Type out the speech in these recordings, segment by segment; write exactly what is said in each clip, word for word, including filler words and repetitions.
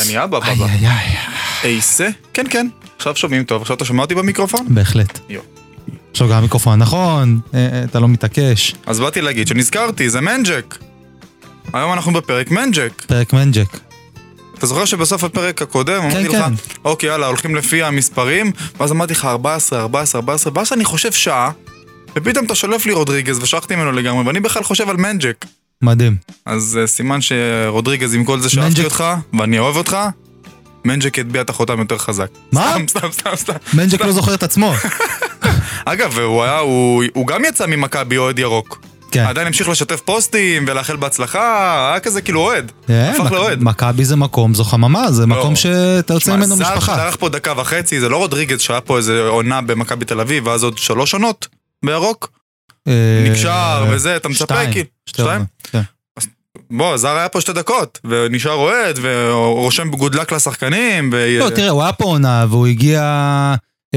אני אבא, איי, בבא. איי, איי. אייסה? כן, כן. עכשיו שומעים טוב. עכשיו אתה שומע אותי במיקרופון? בהחלט. יו. עכשיו גם המיקרופון נכון, אתה לא מתעקש. אז באתי להגיד שנזכרתי, זה מנג'ק. היום אנחנו בפרק מנג'ק. פרק מנג'ק. אתה זוכר שבסוף הפרק הקודם אמרתי לך, כן. אוקיי, יאללה, הולכים לפי המספרים, ואז אמרתי לך ארבע עשרה, ארבע עשרה, ארבע עשרה, ואז אני חושב שעה, ופתאום אתה שולף לי רודריגז ושכחתי ממנו לגמרי, ואני בכלל חושב על מנג'ק. מדהים. אז uh, סימן שרודריגז עם כל זה שאהבתי אותך, ואני אוהב אותך, מנג'ק יטביע את החותם יותר חזק. מה? סתם, סתם, סתם, סתם. מנג'ק לא זוכר את עצמו. אגב, הוא, היה, הוא, הוא גם יצא ממכבי אוהד ירוק. כן. עדיין המשיך לשתף פוסטים ולאחל בהצלחה, היה כזה כאילו אוהד. הפך לאוהד. מכבי זה מקום, זו חממה, זה מקום שאתה יוצא ממנו משפחה. זר שדרך פה דקה וחצי, זה לא רודריגז שהיה פה איזה עונה במכבי תל אביב, ואז עוד שלוש עונות בירוק. נקשר וזה, אתה מצפה כאילו. שתיים? כן. בוא, זר היה פה שתי דקות, ונשאר אוהד, ורושם בגודלק לשחקנים. לא, תראה, הוא היה פה עונה, והוא הגיע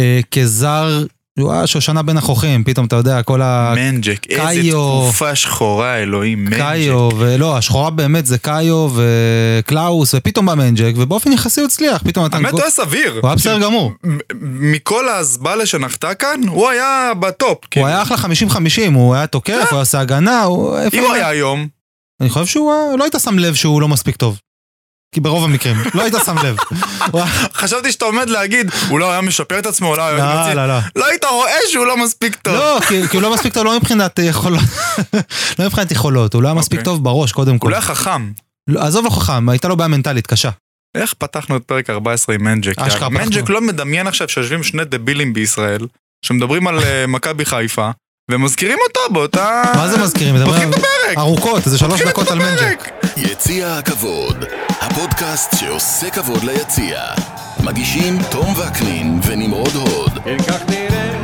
כזר, הוא היה שושנה בין החוכים, פתאום אתה יודע, כל ה... מנג'ק, איזה תקופה שחורה, אלוהים, מנג'ק. קאיו, ולא, השחורה באמת זה קאיו וקלאוס, ופתאום בא מנג'ק, ובאופן יחסי הוא הצליח, פתאום אתה... האמת הוא היה סביר. הוא היה בסדר גמור. מכל ההסבלה שנחתה כאן, הוא היה בטופ. הוא היה אחלה חמישים חמישים, הוא היה תוקף, הוא עשה הגנה, אם הוא היה היום... אני חושב שהוא לא היית שם לב שהוא לא מספיק טוב. כי ברוב המקרים, לא היית שם לב. חשבתי שאתה עומד להגיד, הוא לא היה משפר את עצמו, לא, לא, לא. לא היית רואה שהוא לא מספיק טוב. לא, כי הוא לא מספיק טוב, לא מבחינת יכולות, לא מבחינת יכולות, הוא לא היה מספיק טוב בראש, קודם כל. הוא לא היה חכם. עזוב לא חכם, הייתה לו בעיה מנטלית, קשה. איך פתחנו את פרק ארבע עשרה עם מנג'ק? מנג'ק לא מדמיין עכשיו שיושבים שני דבילים בישראל, שמדברים על מכבי חיפה, ומזכירים אותו באותה... מה זה מזכירים? פותחים את הפרק! ארוכות, זה שלוש דקות על מנג'ק. יציע הכבוד, הפודקאסט שעושה כבוד ליציע. מגישים תום וקנין ונמרוד הוד. כך נראה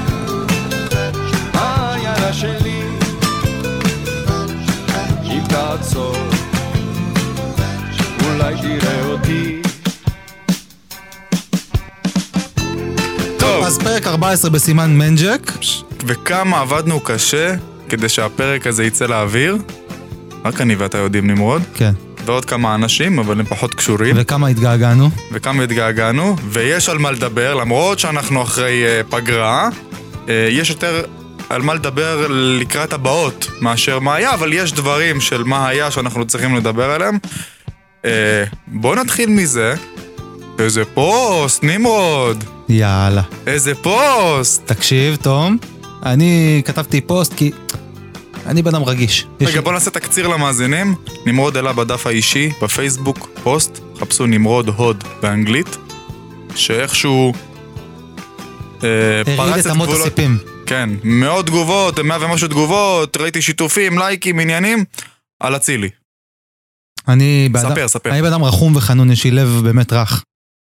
העיירה שלי, אם תעצור אולי תראה אותי. טוב, אז פרק ארבע עשרה בסימן מנג'ק. וכמה עבדנו קשה כדי שהפרק הזה יצא לאוויר. רק אני ואתה יודעים, נמרוד. כן. ועוד כמה אנשים, אבל הם פחות קשורים. וכמה התגעגענו. וכמה התגעגענו, ויש על מה לדבר, למרות שאנחנו אחרי uh, פגרה. Uh, יש יותר על מה לדבר לקראת הבאות מאשר מה היה, אבל יש דברים של מה היה שאנחנו צריכים לדבר עליהם. Uh, בוא נתחיל מזה. איזה פוסט, נמרוד. יאללה. איזה פוסט. תקשיב, תום. אני כתבתי פוסט כי אני בן אדם רגיש. רגע, בוא נעשה תקציר למאזינים. נמרוד אלה בדף האישי, בפייסבוק, פוסט, חפשו נמרוד הוד באנגלית, שאיכשהו אה, פרץ את אמות גבולות. הסיפים. כן, מאות תגובות, מאה ומשהו תגובות, ראיתי שיתופים, לייקים, עניינים, על אצילי. אני בן ספר, אדם, ספר. אני בן אדם רחום וחנון, יש לי לב באמת רך.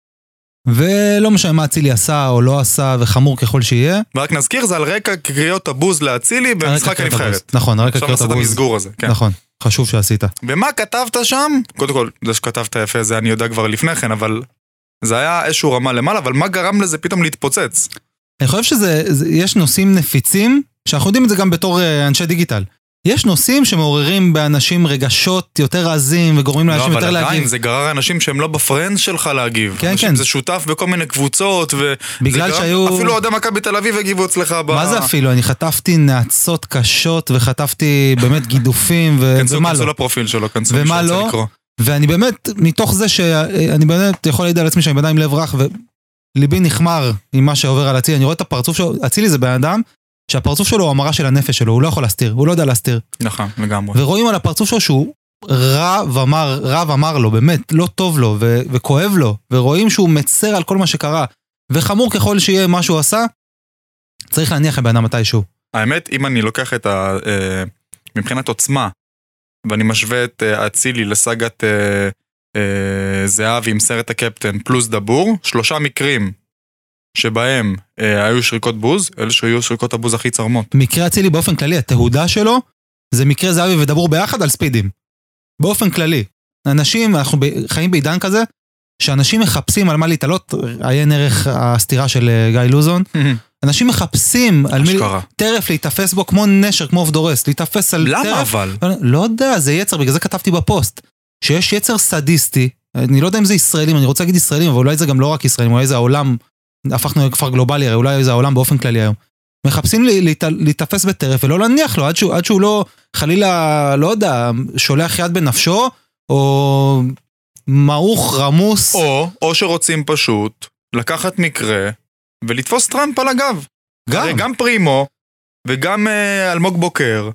ולא משנה מה אצילי עשה או לא עשה, וחמור ככל שיהיה. ורק נזכיר, זה על רקע קריאות הבוז לאצילי במשחק הנבחרת. נכון, על רקע קריאות עכשיו הבוז. נעשה את המסגור הזה, כן. נכון, חשוב שעשית. ומה כתבת שם? קודם כל, זה שכתבת יפה, זה אני יודע כבר לפני כן, אבל זה היה איזשהו רמה למעלה, אבל מה גרם לזה פתאום להתפוצץ? אני חושב שזה, יש נושאים נפיצים, שאנחנו יודעים את זה גם בתור אנשי דיגיטל. יש נושאים שמעוררים באנשים רגשות יותר עזים וגורמים לאנשים יותר להגיב. לא, אבל עדיין זה גרר אנשים שהם לא בפרנס שלך להגיב. כן, כן. זה שותף בכל מיני קבוצות, בגלל שהיו... אפילו אוהדי מכבי תל אביב הגיבו אצלך ב... מה זה אפילו? אני חטפתי נעצות קשות וחטפתי באמת גידופים ו... כנסו, ומה כנסו לא. לפרופיל שלו, כנסו ומה לא. לקרוא. ואני באמת, מתוך זה שאני באמת יכול להעיד על עצמי שאני בן אדם עם לב רך וליבי נחמר עם מה שעובר על אצילי. אני רואה את הפרצוף שלו, אצילי זה בן אדם שהפרצוף שלו הוא המראה של הנפש שלו, הוא לא יכול להסתיר, הוא לא יודע להסתיר. נכון, לגמרי. ורואים על הפרצוף שלו שהוא רב אמר, רב אמר לו, באמת, לא טוב לו ו- וכואב לו, ורואים שהוא מצר על כל מה שקרה, וחמור ככל שיהיה מה שהוא עשה, צריך להניח לבן אדם מתישהו. האמת, אם אני לוקח את ה... מבחינת עוצמה, ואני משווה את אצילי לסגת זהבי עם סרט הקפטן פלוס דבור, שלושה מקרים שבהם אה, היו שריקות בוז, אלה שהיו שריקות הבוז הכי צרמות. מקרה אצילי באופן כללי, התהודה שלו, זה מקרה זהבי ודבור ביחד על ספידים. באופן כללי. אנשים, אנחנו חיים בעידן כזה, שאנשים מחפשים על מה להתעלות, עיין ערך הסתירה של גיא לוזון, אנשים מחפשים על מי טרף להתאפס בו כמו נשר, כמו אובדורס, להתאפס על למה טרף. אבל? לא יודע, זה יצר, בגלל זה כתבתי בפוסט, שיש יצר סדיסטי, אני לא יודע אם זה ישראלים, אני רוצה להגיד ישראלים, אבל אולי זה גם לא רק ישראלים, אולי זה העולם, הפכנו לכפר גלובלי, הרי אולי זה העולם באופן כללי היום. מחפשים להתאפס בטרף ולא להניח לו, עד שהוא, עד שהוא לא, חלילה, לא יודע, שולח יד בנפשו, או מעוך, רמוס. או, או שרוצים פשוט לקחת מקרה ולתפוס טראמפ על הגב. גם. גם פרימו וגם אה, אלמוג בוקר,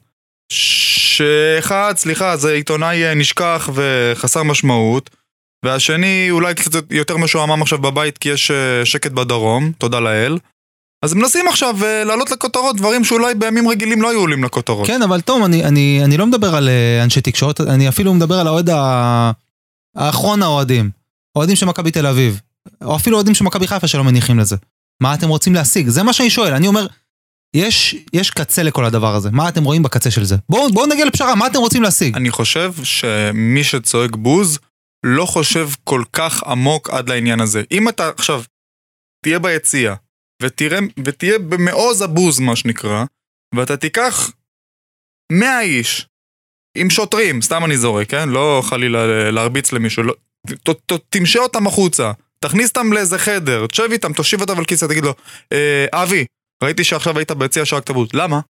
שאחד, סליחה, זה עיתונאי נשכח וחסר משמעות, והשני אולי קצת יותר משועמם עכשיו בבית כי יש שקט בדרום, תודה לאל. אז מנסים עכשיו לעלות לכותרות דברים שאולי בימים רגילים לא היו עולים לכותרות. כן, אבל תום, אני, אני, אני לא מדבר על אנשי תקשורת, אני אפילו מדבר על האוהד האחרון האוהדים, אוהדים של מכבי תל אביב, או אפילו אוהדים של מכבי חיפה שלא מניחים לזה. מה אתם רוצים להשיג? זה מה שאני שואל, אני אומר, יש, יש קצה לכל הדבר הזה, מה אתם רואים בקצה של זה? בואו, בואו נגיע לפשרה, מה אתם רוצים להשיג? אני חושב שמי שצועק בוז, לא חושב כל כך עמוק עד לעניין הזה. אם אתה עכשיו תהיה ביציאה, ותראה, ותהיה במעוז הבוז מה שנקרא, ואתה תיקח מאה איש, עם שוטרים, סתם אני זורק, כן? לא חלילה להרביץ למישהו, לא, ת, ת, תמשה אותם החוצה, תכניס אותם לאיזה חדר, תשב איתם, תושיב אותם על כיסא, תגיד לו, אה, אבי, ראיתי שעכשיו היית ביציאה שרקת בוז, למה?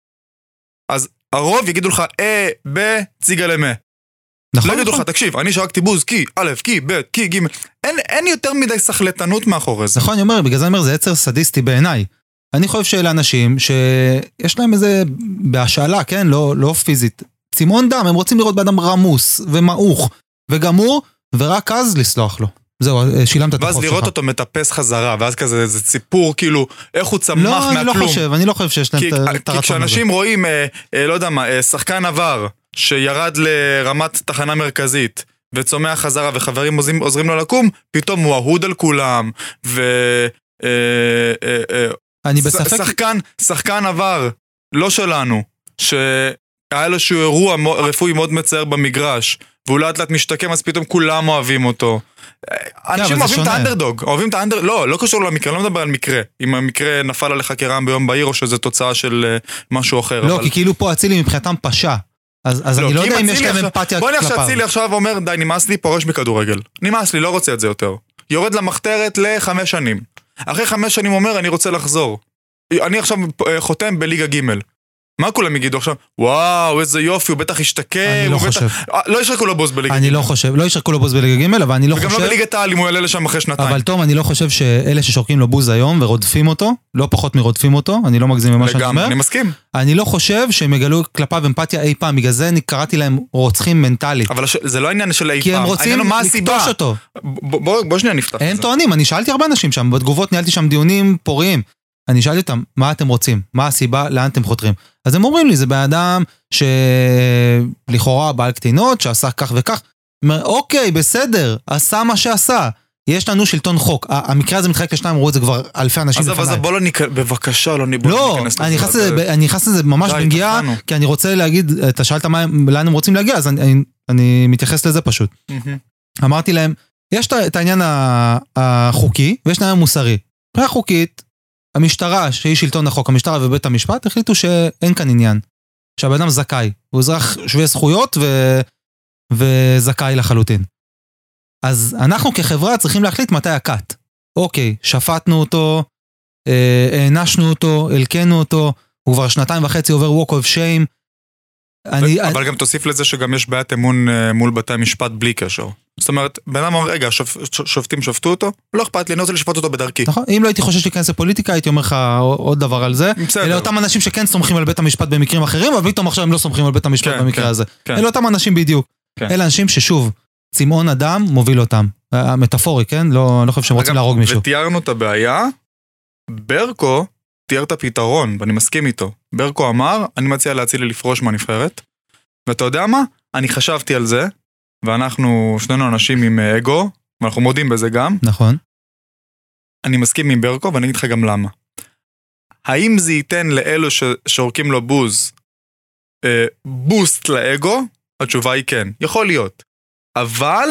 אז הרוב יגידו לך, אה, ב, ציגה למה. נכון, לא יגידו נכון. לך, תקשיב, אני שרקתי בוז, כי א', כי ב', כי ג', אין, אין יותר מדי סחלטנות מאחורי זה. נכון, אני אומר, בגלל זה אני אומר, זה יצר סדיסטי בעיניי. אני חושב שאלה אנשים שיש להם איזה, בהשאלה, כן, לא, לא פיזית, צימון דם, הם רוצים לראות באדם רמוס ומעוך וגמור, ורק אז לסלוח לו. זהו, שילמת את החוב שלך. ואז לראות אותו מטפס חזרה, ואז כזה, איזה ציפור, כאילו, איך הוא צמח מהכלום. לא, אני לא חושב, אני לא חושב שיש להם את הרצון הזה. כי כשאנשים רואים, אה, אה, לא יודע מה, אה, שחקן עבר, שירד לרמת תחנה מרכזית, וצומח חזרה, וחברים עוזרים, עוזרים לו לקום, פתאום הוא אהוד על כולם, ו... אה, אה, אה, אני בספק... שחקן, שחקן עבר, לא שלנו, שהיה לו שהוא אירוע רפואי מאוד מצער במגרש, והוא לאט לאט משתקם, אז פתאום כולם אוהבים אותו. אנשים אוהבים את האנדרדוג, אוהבים את האנדרדוג, לא, לא קשור למקרה, לא מדבר על מקרה, אם המקרה נפל עליך כרעם ביום בהיר, או שזה תוצאה של משהו אחר. לא, כי כאילו פה אצילי מבחינתם פשע, אז אני לא יודע אם יש להם אמפתיה כלפיו. בוא נראה שאצילי עכשיו אומר, די, נמאס לי, פורש מכדורגל. נמאס לי, לא רוצה את זה יותר. יורד למחתרת לחמש שנים. אחרי חמש שנים אומר, אני רוצה לחזור. אני עכשיו חותם בליגה ג'. מה כולם יגידו עכשיו? וואו, איזה יופי, הוא בטח ישתקם. אני לא חושב. לא ישרקו לו בוס בליגה ג'. אני לא חושב, לא ישרקו לו בוס בליגה ג', אבל אני לא חושב... וגם לא בליגת העל, אם הוא יעלה לשם אחרי שנתיים. אבל תום, אני לא חושב שאלה ששורקים לו בוז היום ורודפים אותו, לא פחות מרודפים אותו, אני לא מגזים ממה שאני אומר. אני מסכים. אני לא חושב שהם יגלו כלפיו אמפתיה אי פעם, בגלל זה אני קראתי להם רוצחים מנטלית. אבל זה לא עניין של אי פעם. כי הם רוצים לקטוש אותו. בוא שנייה נפתח. הם טוענים, אני שאלתי הרבה אנשים שם, בתגובות ניהלתי שם דיונים פוריים. אני שאלתי אותם, מה אתם רוצים? מה הסיבה, לאן אתם חותרים? אז הם אומרים לי, זה באדם שלכאורה בעל קטינות, שעשה כך וכך. אומר, אוקיי, בסדר, עשה מה שעשה. יש לנו שלטון חוק. המקרה הזה מתחלק לשניים, אמרו את זה כבר אלפי אנשים לפניי. אז בוא לא ניכנס, בבקשה, לא ניכנס לזה. לא, אני נכנס לזה ממש בנגיעה, כי אני רוצה להגיד, אתה שאלת לאן הם רוצים להגיע, אז אני מתייחס לזה פשוט. אמרתי להם, יש את העניין החוקי, ויש את העניין המוסרי. מבחינה חוקית, המשטרה, שהיא שלטון החוק, המשטרה ובית המשפט, החליטו שאין כאן עניין. שהבן אדם זכאי. הוא אזרח שווה זכויות ו... וזכאי לחלוטין. אז אנחנו כחברה צריכים להחליט מתי הקאט. אוקיי, שפטנו אותו, הענשנו אותו, הלקנו אותו, הוא כבר שנתיים וחצי עובר walk of shame. אני, אבל אני... גם תוסיף לזה שגם יש בעיית אמון מול בתי המשפט בלי קשר. זאת אומרת, בן אדם אומר, רגע, שופ, שופטים שפטו אותו, לא אכפת לי, אני רוצה לשפט אותו בדרכי. נכון, אם לא הייתי חושש להיכנס לפוליטיקה, הייתי אומר לך עוד דבר על זה. בסדר. אלה אותם אנשים שכן סומכים על בית המשפט במקרים אחרים, אבל פתאום עכשיו הם לא סומכים על בית המשפט כן, במקרה כן, הזה. כן. אלה אותם אנשים בדיוק. כן. אלה אנשים ששוב, צמאון אדם מוביל אותם. המטאפורי, כן? לא, לא חושב שהם רוצים להרוג מישהו. ותיארנו את הבעיה, ברקו תיאר את הפתרון, ואני מסכים איתו. ברקו אמר, אני מציע להצילי לפרוש מהנבחרת. ואתה יודע מה? אני חשבתי על זה, ואנחנו שנינו אנשים עם אגו, ואנחנו מודים בזה גם. נכון. אני מסכים עם ברקו, ואני אגיד לך גם למה. האם זה ייתן לאלו ששורקים לו בוז, אה, בוסט לאגו? התשובה היא כן. יכול להיות. אבל,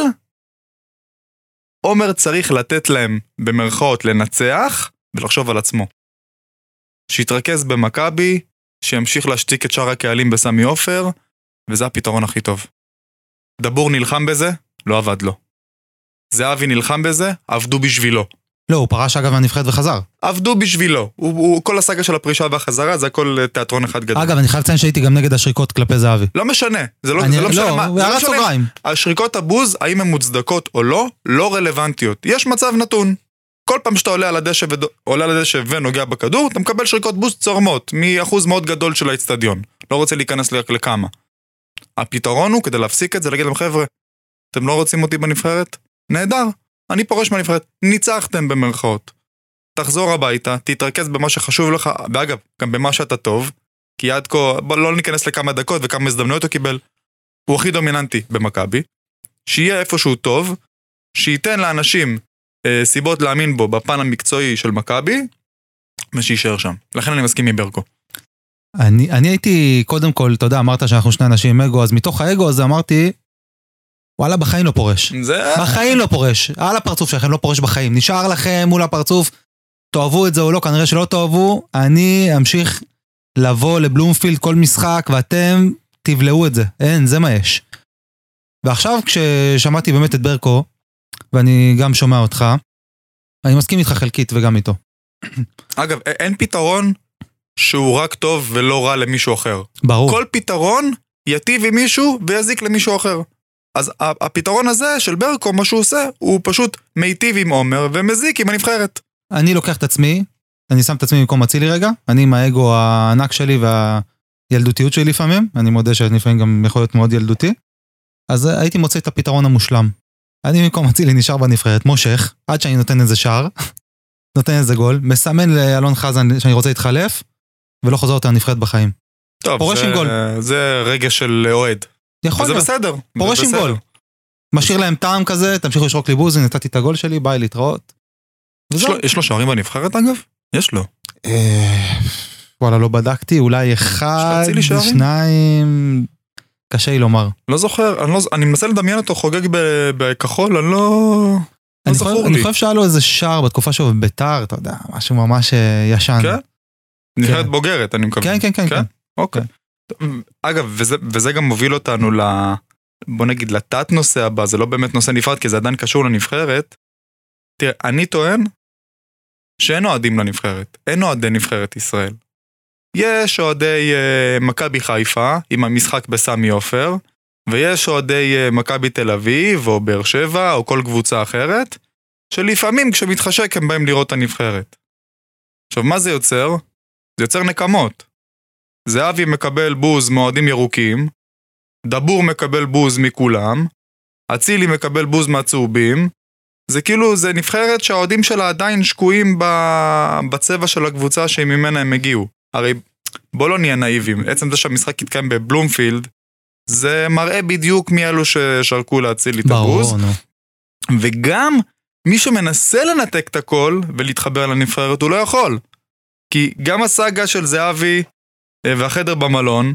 עומר צריך לתת להם במרכאות לנצח, ולחשוב על עצמו. שיתרכז במכבי, שימשיך להשתיק את שאר הקהלים בסמי עופר, וזה הפתרון הכי טוב. דבור נלחם בזה, לא עבד לו. זהבי נלחם בזה, עבדו בשבילו. לא, הוא פרש אגב מהנבחרת וחזר. עבדו בשבילו. הוא, הוא, כל הסגה של הפרישה והחזרה, זה הכל תיאטרון אחד גדול. אגב, אני חייב לציין שהייתי גם נגד השריקות כלפי זהבי. לא משנה, זה לא, אני, זה לא משנה לא, מה. זה לא משנה. סוגריים. השריקות הבוז, האם הן מוצדקות או לא, לא רלוונטיות. יש מצב נתון. כל פעם שאתה עולה על הדשא, וד... עולה על הדשא ונוגע בכדור, אתה מקבל שריקות בוז צורמות, מאחוז מאוד גדול של האצטדיון. לא רוצה להיכנס לכמה. הפתרון הוא, כדי להפסיק את זה, להגיד להם, חבר'ה, אתם לא רוצים אותי בנבחרת? נהדר. אני פורש מהנבחרת. ניצחתם במרכאות. תחזור הביתה, תתרכז במה שחשוב לך, ואגב, גם במה שאתה טוב, כי עד כה, בוא לא ניכנס לכמה דקות וכמה הזדמנויות הוא קיבל. הוא הכי דומיננטי במכבי. שיהיה איפה שהוא טוב, שייתן לאנשים אה, סיבות להאמין בו בפן המקצועי של מכבי, ושישאר שם. לכן אני מסכים עם ברקו. אני, אני הייתי, קודם כל, אתה יודע, אמרת שאנחנו שני אנשים עם אגו, אז מתוך האגו הזה אמרתי, וואלה, בחיים לא פורש. זה... בחיים לא פורש. על הפרצוף שלכם לא פורש בחיים. נשאר לכם מול הפרצוף, תאהבו את זה או לא, כנראה שלא תאהבו, אני אמשיך לבוא לבלומפילד כל משחק, ואתם תבלעו את זה. אין, זה מה יש. ועכשיו כששמעתי באמת את ברקו, ואני גם שומע אותך, אני מסכים איתך חלקית וגם איתו. אגב, אין פתרון שהוא רק טוב ולא רע למישהו אחר. ברור. כל פתרון יטיב עם מישהו ויזיק למישהו אחר. אז הפתרון הזה של ברקו, מה שהוא עושה, הוא פשוט מיטיב עם עומר ומזיק עם הנבחרת. אני לוקח את עצמי, אני שם את עצמי במקום מצילי רגע, אני עם האגו הענק שלי והילדותיות שלי לפעמים, אני מודה שלפעמים גם יכול להיות מאוד ילדותי, אז הייתי מוצא את הפתרון המושלם. אני במקום מצילי נשאר בנבחרת, מושך, עד שאני נותן איזה שער, נותן איזה גול, מסמן לאלון חזן שאני רוצה להתחלף, ולא חוזר אותה לנבחרת בחיים. טוב, פורש זה, עם גול. זה רגע של אוהד. יכול זה להיות. בסדר. פורש זה עם בסדר. גול. משאיר להם טעם כזה, תמשיכו לשרוק לי בוזי, נתתי את הגול שלי, ביי להתראות. יש לו, יש לו שערים בנבחרת אגב? יש לו. וואלה, לא בדקתי, אולי אחד, שתצילי שערים? שניים, קשה לי לומר. לא זוכר, אני, לא, אני מנסה לדמיין אותו חוגג ב- בכחול, אני לא, לא אני זכור חושב, לי. אני חושב שהיה לו איזה שער בתקופה שהוא בביתר, אתה יודע, משהו ממש אה, ישן. כן? נבחרת בוגרת, אני מקווה. כן, כן, כן. כן? כן. אוקיי. אגב, וזה, וזה גם מוביל אותנו ל... בוא נגיד, לתת נושא הבא, זה לא באמת נושא נפרד, כי זה עדיין קשור לנבחרת. תראה, אני טוען שאין אוהדים לנבחרת, אין אוהדי נבחרת ישראל. יש אוהדי uh, מכבי חיפה, עם המשחק בסמי עופר, ויש אוהדי uh, מכבי תל אביב, או באר שבע, או כל קבוצה אחרת, שלפעמים כשמתחשק הם באים לראות את הנבחרת. עכשיו, מה זה יוצר? זה יוצר נקמות. זהבי מקבל בוז מאוהדים ירוקים, דבור מקבל בוז מכולם, אצילי מקבל בוז מהצהובים, זה כאילו, זה נבחרת שהאוהדים שלה עדיין שקועים בצבע של הקבוצה שממנה הם הגיעו. הרי בוא לא נהיה נאיבים, עצם זה שהמשחק יתקיים בבלומפילד, זה מראה בדיוק מי אלו ששרקו להציל את הבוז. ברור, נו. וגם מי שמנסה לנתק את הכל ולהתחבר לנבחרת, הוא לא יכול. כי גם הסאגה של זהבי והחדר במלון,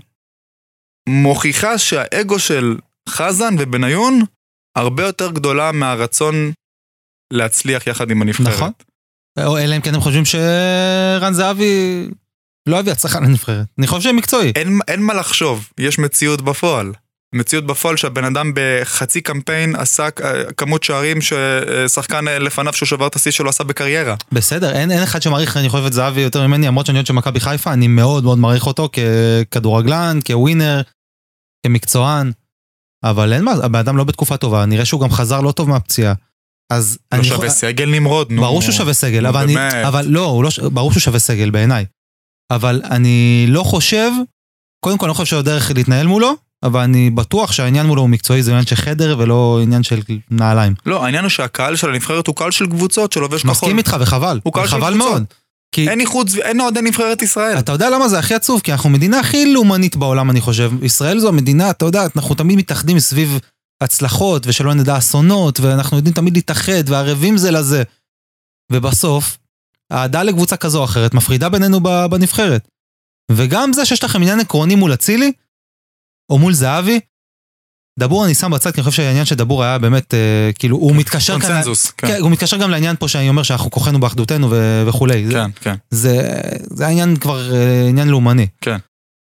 מוכיחה שהאגו של חזן ובניון, הרבה יותר גדולה מהרצון להצליח יחד עם הנבחרת. נכון. או אלא אם כן הם חושבים שרן זהבי לא הביא הצלחה לנבחרת. אני חושב שהם מקצועי. אין, אין מה לחשוב, יש מציאות בפועל. מציאות בפועל שהבן אדם בחצי קמפיין עשה כמות שערים ששחקן לפניו שהוא שבר את השיא שלו עשה בקריירה. בסדר, אין, אין אחד שמעריך, אני חושב את זהבי יותר ממני, למרות שאני יודעת שמכבי חיפה, אני מאוד מאוד מעריך אותו ככדורגלן, כווינר, כמקצוען, אבל אין מה, הבן אדם לא בתקופה טובה, נראה שהוא גם חזר לא טוב מהפציעה. אז לא אני שווה יכול... סגל נמרוד, נו. ברור שהוא שווה סגל, נו, אבל, אני, אבל לא, הוא לא, ברור שהוא שווה סגל בעיניי. אבל אני לא חושב, קודם כל אני לא חושב שהוא דרך להתנהל מולו, אבל אני בטוח שהעניין מולו הוא מקצועי, זה עניין של חדר ולא עניין של נעליים. לא, העניין הוא שהקהל של הנבחרת הוא קהל של קבוצות שלובש כחול. מסכים איתך וחבל, הוא קהל של וחבל קבוצות. מאוד. כי... אין איחוד, אין אוהדי נבחרת ישראל. אתה יודע למה זה הכי עצוב? כי אנחנו מדינה הכי לאומנית בעולם, אני חושב. ישראל זו המדינה, אתה יודע, אנחנו תמיד מתאחדים סביב הצלחות, ושלא נדע אסונות, ואנחנו יודעים תמיד להתאחד, והערבים זה לזה. ובסוף, העדה לקבוצה כזו או אחרת, מפרידה בינינו בנבחרת. וגם זה שיש לכם עניין עקרוני מול אצילי, או מול זהבי, דבור אני שם בצד, כי אני חושב שהעניין של דבור היה באמת, אה, כאילו, הוא מתקשר כאן... קונצנזוס, כן. כן, הוא מתקשר גם לעניין פה שאני אומר שאנחנו כוחנו באחדותנו ו- וכולי. כן, כן. זה, זה העניין כבר, עניין לאומני. כן.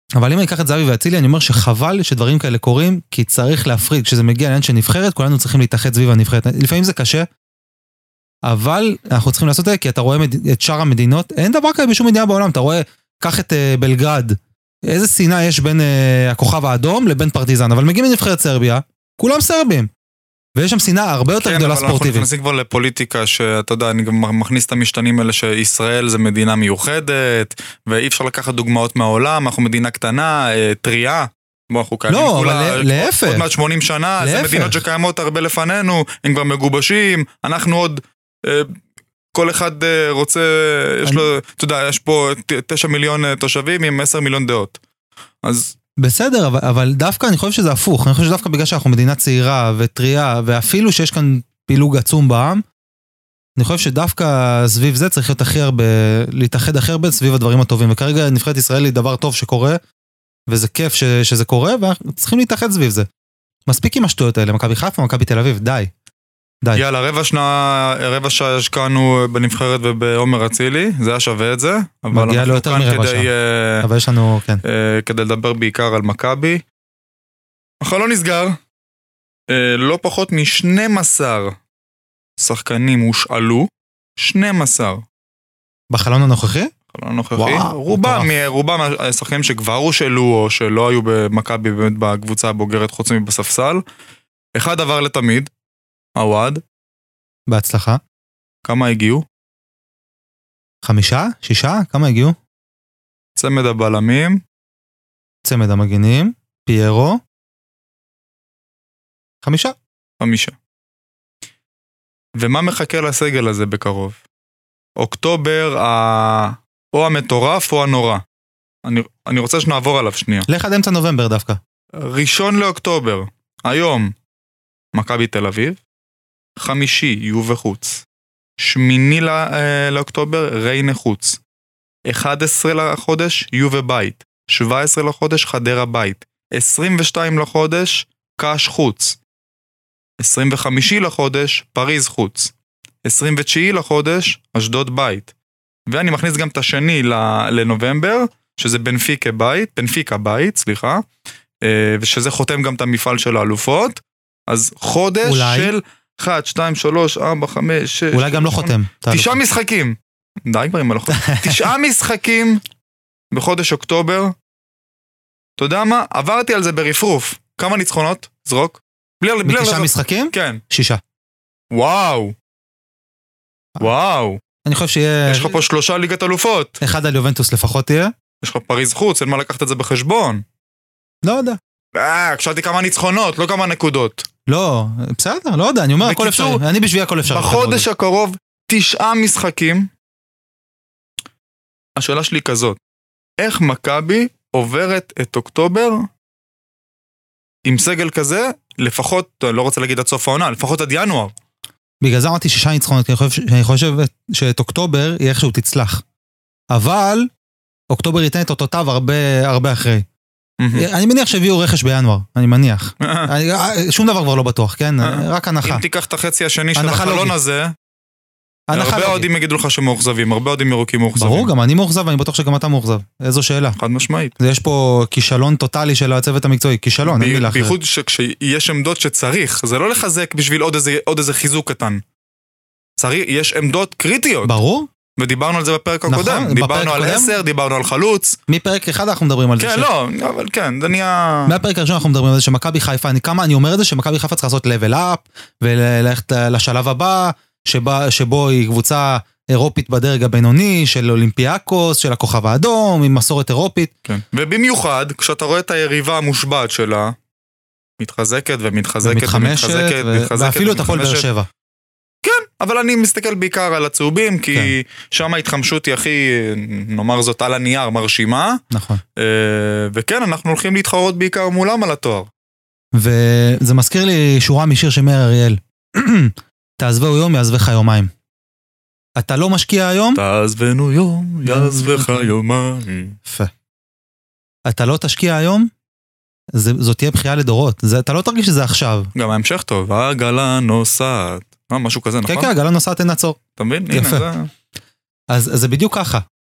אבל אם אני אקח את זהבי ואצילי, אני אומר שחבל שדברים כאלה קורים, כי צריך להפריד, כשזה מגיע לעניין של נבחרת, כולנו צריכים להתאחד סביב הנבחרת. לפעמים זה קשה, אבל אנחנו צריכים לעשות את זה, כי אתה רואה את שאר המדינות, אין דבר כזה בשום מדינה בעולם, אתה רואה, קח את uh, בלגרד, איזה שנאה יש בין uh, הכוכב האדום לבין פרטיזן, אבל מגיעים מנבחרת סרביה, כולם סרבים, ויש שם שנאה הרבה יותר גדולה ספורטיבית. כן, אבל אנחנו נכנסים כבר לפוליטיקה, שאתה יודע, אני גם מכניס את המשתנים האלה, שישראל זה מדינה מיוחדת, ואי אפשר לקחת דוגמאות מהעולם, אנחנו מדינה קטנה, טריה, בוא, אנחנו קיימים לא, כולה, אבל להפך. עוד מעט שמונים שנה, זה מדינות שקיימות הרבה לפנינו, הם כבר מגובשים, אנחנו עוד, כל אחד רוצה, יש לו, אתה יודע, יש פה תשע מיליון תושבים עם עשר מיליון דעות. אז... בסדר, אבל, אבל דווקא אני חושב שזה הפוך, אני חושב שדווקא בגלל שאנחנו מדינה צעירה וטריה, ואפילו שיש כאן פילוג עצום בעם, אני חושב שדווקא סביב זה צריך להיות הכי הרבה, להתאחד הכי הרבה סביב הדברים הטובים, וכרגע נבחרת ישראל היא דבר טוב שקורה, וזה כיף ש, שזה קורה, וצריכים להתאחד סביב זה. מספיק עם השטויות האלה, מכבי חיפה, מכבי תל אביב, די. די. יאללה, רבע שנה, רבע שעה השקענו בנבחרת ובעומר אצילי, זה היה שווה את זה, אבל מגיע לו יותר מרבע שעה, uh, אבל יש לנו, כן. Uh, כדי לדבר בעיקר על מכבי. החלון נסגר, uh, לא פחות מ-שנים עשר שחקנים הושאלו, שנים עשר. בחלון הנוכחי? בחלון הנוכחי, רובם, רובם השחקנים שכבר הושאלו, או שלא היו במכבי באמת בקבוצה הבוגרת חוץ מבספסל, אחד עבר לתמיד, עווד. בהצלחה. כמה הגיעו? חמישה? שישה? כמה הגיעו? צמד הבלמים. צמד המגינים. פיירו. חמישה. חמישה. ומה מחכה לסגל הזה בקרוב? אוקטובר, ה... או המטורף או הנורא. אני, אני רוצה שנעבור עליו שנייה. לך עד אמצע נובמבר דווקא. ראשון לאוקטובר, היום, מכבי תל אביב. חמישי, יובה חוץ. שמיני לא, אה, לאוקטובר, ריינה חוץ. אחד עשר לחודש, יובה בית. שבע עשרה לחודש, חדרה בית. עשרים ושתיים לחודש, קש חוץ. עשרים וחמישי לחודש, פריז חוץ. עשרים ותשעה לחודש, אשדוד בית. ואני מכניס גם את השני לנובמבר, שזה בנפיקה בית, בנפיקה בית, סליחה, אה, ושזה חותם גם את המפעל של האלופות. אז חודש אולי... של אחת, שתיים, שלוש, ארבע, חמש, שש... אולי גם לא חותם. תשעה משחקים. די כבר עם הלכות. תשעה משחקים בחודש אוקטובר. אתה יודע מה? עברתי על זה ברפרוף. כמה ניצחונות? זרוק. בתשעה משחקים? כן. שישה. וואו. וואו. אני חושב שיהיה... יש לך פה שלושה ליגת אלופות. אחד על יובנטוס לפחות תהיה. יש לך פריז חוץ, אין מה לקחת את זה בחשבון. לא יודע. אה, קשרתי כמה ניצחונות, לא כמה נקודות. לא, בסדר, לא יודע, אני אומר הכל אפשרי, אני בשביל הכל אפשרי. בחודש הקרוב, תשעה משחקים. השאלה שלי כזאת, איך מכבי עוברת את אוקטובר עם סגל כזה, לפחות, לא רוצה להגיד עד סוף העונה, לפחות עד ינואר. בגלל זה אמרתי שישה ניצחונות, כי אני חושב שאת אוקטובר היא איכשהו תצלח. אבל אוקטובר ייתן את אותותיו הרבה, הרבה אחרי. אני מניח שהביאו רכש בינואר, אני מניח. שום דבר כבר לא בטוח, כן? רק הנחה. אם תיקח את החצי השני של החלון הזה, הרבה אוהדים יגידו לך שמאוכזבים, הרבה אוהדים ירוקים מאוכזבים. ברור, גם אני מאוכזב, ואני בטוח שגם אתה מאוכזב. איזו שאלה. חד משמעית. יש פה כישלון טוטלי של הצוות המקצועי, כישלון, אין מילה אחרת. בייחוד שכשיש עמדות שצריך, זה לא לחזק בשביל עוד איזה חיזוק קטן. יש עמדות קריטיות. ברור. ודיברנו על זה בפרק הקודם, דיברנו על עשר, דיברנו על חלוץ. מפרק אחד אנחנו מדברים על זה. כן, לא, אבל כן, זה נהיה... מהפרק הראשון אנחנו מדברים על זה שמכבי חיפה, כמה אני אומר את זה, שמכבי חיפה צריך לעשות level up, וללכת לשלב הבא, שבו היא קבוצה אירופית בדרג הבינוני, של אולימפיאקוס, של הכוכב האדום, עם מסורת אירופית. כן, ובמיוחד, כשאתה רואה את היריבה המושבעת שלה, מתחזקת ומתחזקת ומתחזקת, ואפילו את הפועל באר שבע. כן, אבל אני מסתכל בעיקר על הצהובים, כי כן. שם ההתחמשות היא הכי, נאמר זאת, על הנייר מרשימה. נכון. וכן, אנחנו הולכים להתחרות בעיקר מולם על התואר. וזה מזכיר לי שורה משיר של מאיר אריאל. תעזבנו יום, יעזבך יומיים. אתה לא משקיע היום? תעזבנו יום, יעזבך יומיים. יפה. אתה לא תשקיע היום? זאת תהיה בחייה לדורות. אתה לא תרגיש שזה עכשיו. גם ההמשך טוב, הגלה נוסעת. משהו כזה, נכון? כן, כן, הגלה נוסעת אין עצור. אתה מבין? יפה. אז זה בדיוק ככה.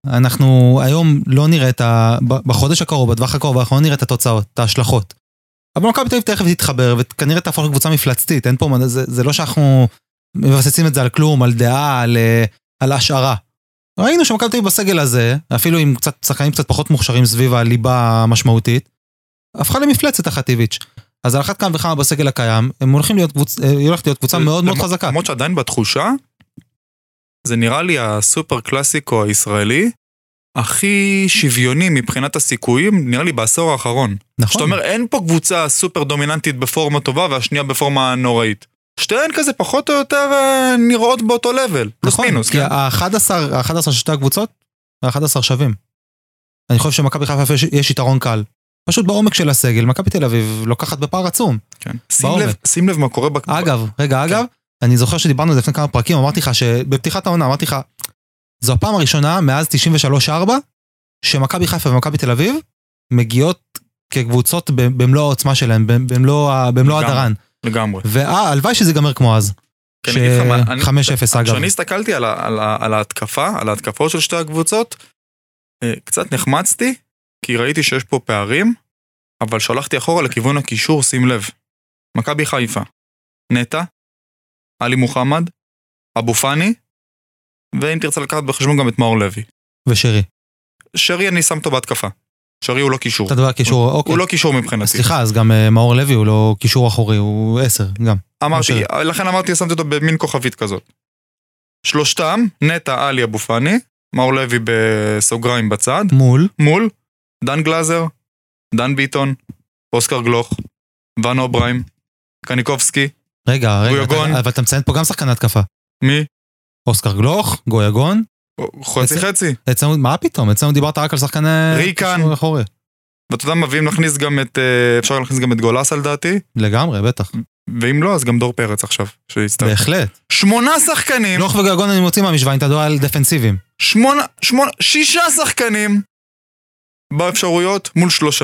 אנחנו היום לא נראה את ה... בחודש הקרוב, בטווח הקרוב, אנחנו לא נראה את התוצאות, את ההשלכות. אבל מכבי תל אביב תכף תתחבר, וכנראה תהפוך לקבוצה מפלצתית, אין פה, זה, זה לא שאנחנו מבססים את זה על כלום, על דעה, על, על השערה. ראינו שמכבי תל אביב בסגל הזה, אפילו עם קצת שחקנים קצת פחות מוכשרים סביב הליבה המשמעותית, הפכה למפלצת החטיביץ'. אז על אחת כמה וכמה בסגל הקיים, הם הולכים להיות קבוצה, היא הולכת להיות קבוצה מאוד מאוד חזקה. למרות שעדיין בתחושה, זה נראה לי הסופר קלאסיקו הישראלי, הכי שוויוני מבחינת הסיכויים, נראה לי בעשור האחרון. נכון. זאת אומרת, אין פה קבוצה סופר דומיננטית בפורמה טובה, והשנייה בפורמה נוראית. שתיהן כזה פחות או יותר נראות באותו לבל. נכון, מינוס, כי כן? ה-אחד עשר, ה-אחד עשר שתי הקבוצות, ה-אחד עשר שווים. אני חושב שמכבי חיפה יש, יש יתרון קל. פשוט בעומק של הסגל, מכבי תל אביב לוקחת בפער עצום. כן. שים לב, שים לב מה קורה בק... אגב, רגע, אגב, אני זוכר שדיברנו לפני כמה פרקים, אמרתי לך שבפתיחת העונה, אמרתי לך, זו הפעם הראשונה מאז תשעים ושלוש ארבע, שמכבי חיפה ומכבי תל אביב מגיעות כקבוצות במלוא העוצמה שלהן, במלוא הדרן. לגמרי. והלוואי שזה גמר כמו אז. חמש אפס אגב. כשאני הסתכלתי על ההתקפה, על ההתקפות של שתי הקבוצות, קצת נחמצתי, כי ראיתי שיש פה פערים, אבל שלחתי אחורה לכיוון הקישור, שים לב. מכבי חיפה, נטע, עלי מוחמד, אבו פאני, ואם תרצה לקחת בחשבון גם את מאור לוי. ושרי. שרי אני שם אותו בהתקפה. שרי הוא לא קישור. אתה דבר קישור, אוקיי. הוא לא קישור מבחינתי. סליחה, אז גם מאור לוי הוא לא קישור אחורי, הוא עשר, גם. אמרתי, לכן אמרתי, שמתי אותו במין כוכבית כזאת. שלושתם, נטע, עלי, אבו פאני, מאור לוי בסוגריים בצד. מול. מול, דן גלזר, דן ביטון, אוסקר גלוך, ון אוברהיים, קניקובסקי. רגע, רגע, גויגון. אבל אתה מציין פה גם שחקן התקפה. מי? אוסקר גלוך, גויגון. חצי חצי. אצלנו, מה פתאום? אצלנו דיברת רק על שחקן ריקן. אחורי. ואתה יודע, מביאים להכניס גם את, אפשר להכניס גם את גולס על דעתי. לגמרי, בטח. ואם לא, אז גם דור פרץ עכשיו. בהחלט. שמונה שחקנים. גלוך וגויגון אני מוציא מהמשוואה, אם אתה דועה על דפנסיביים. שמונה, שמונה, שישה שחקנים באפשרויות מול שלושה.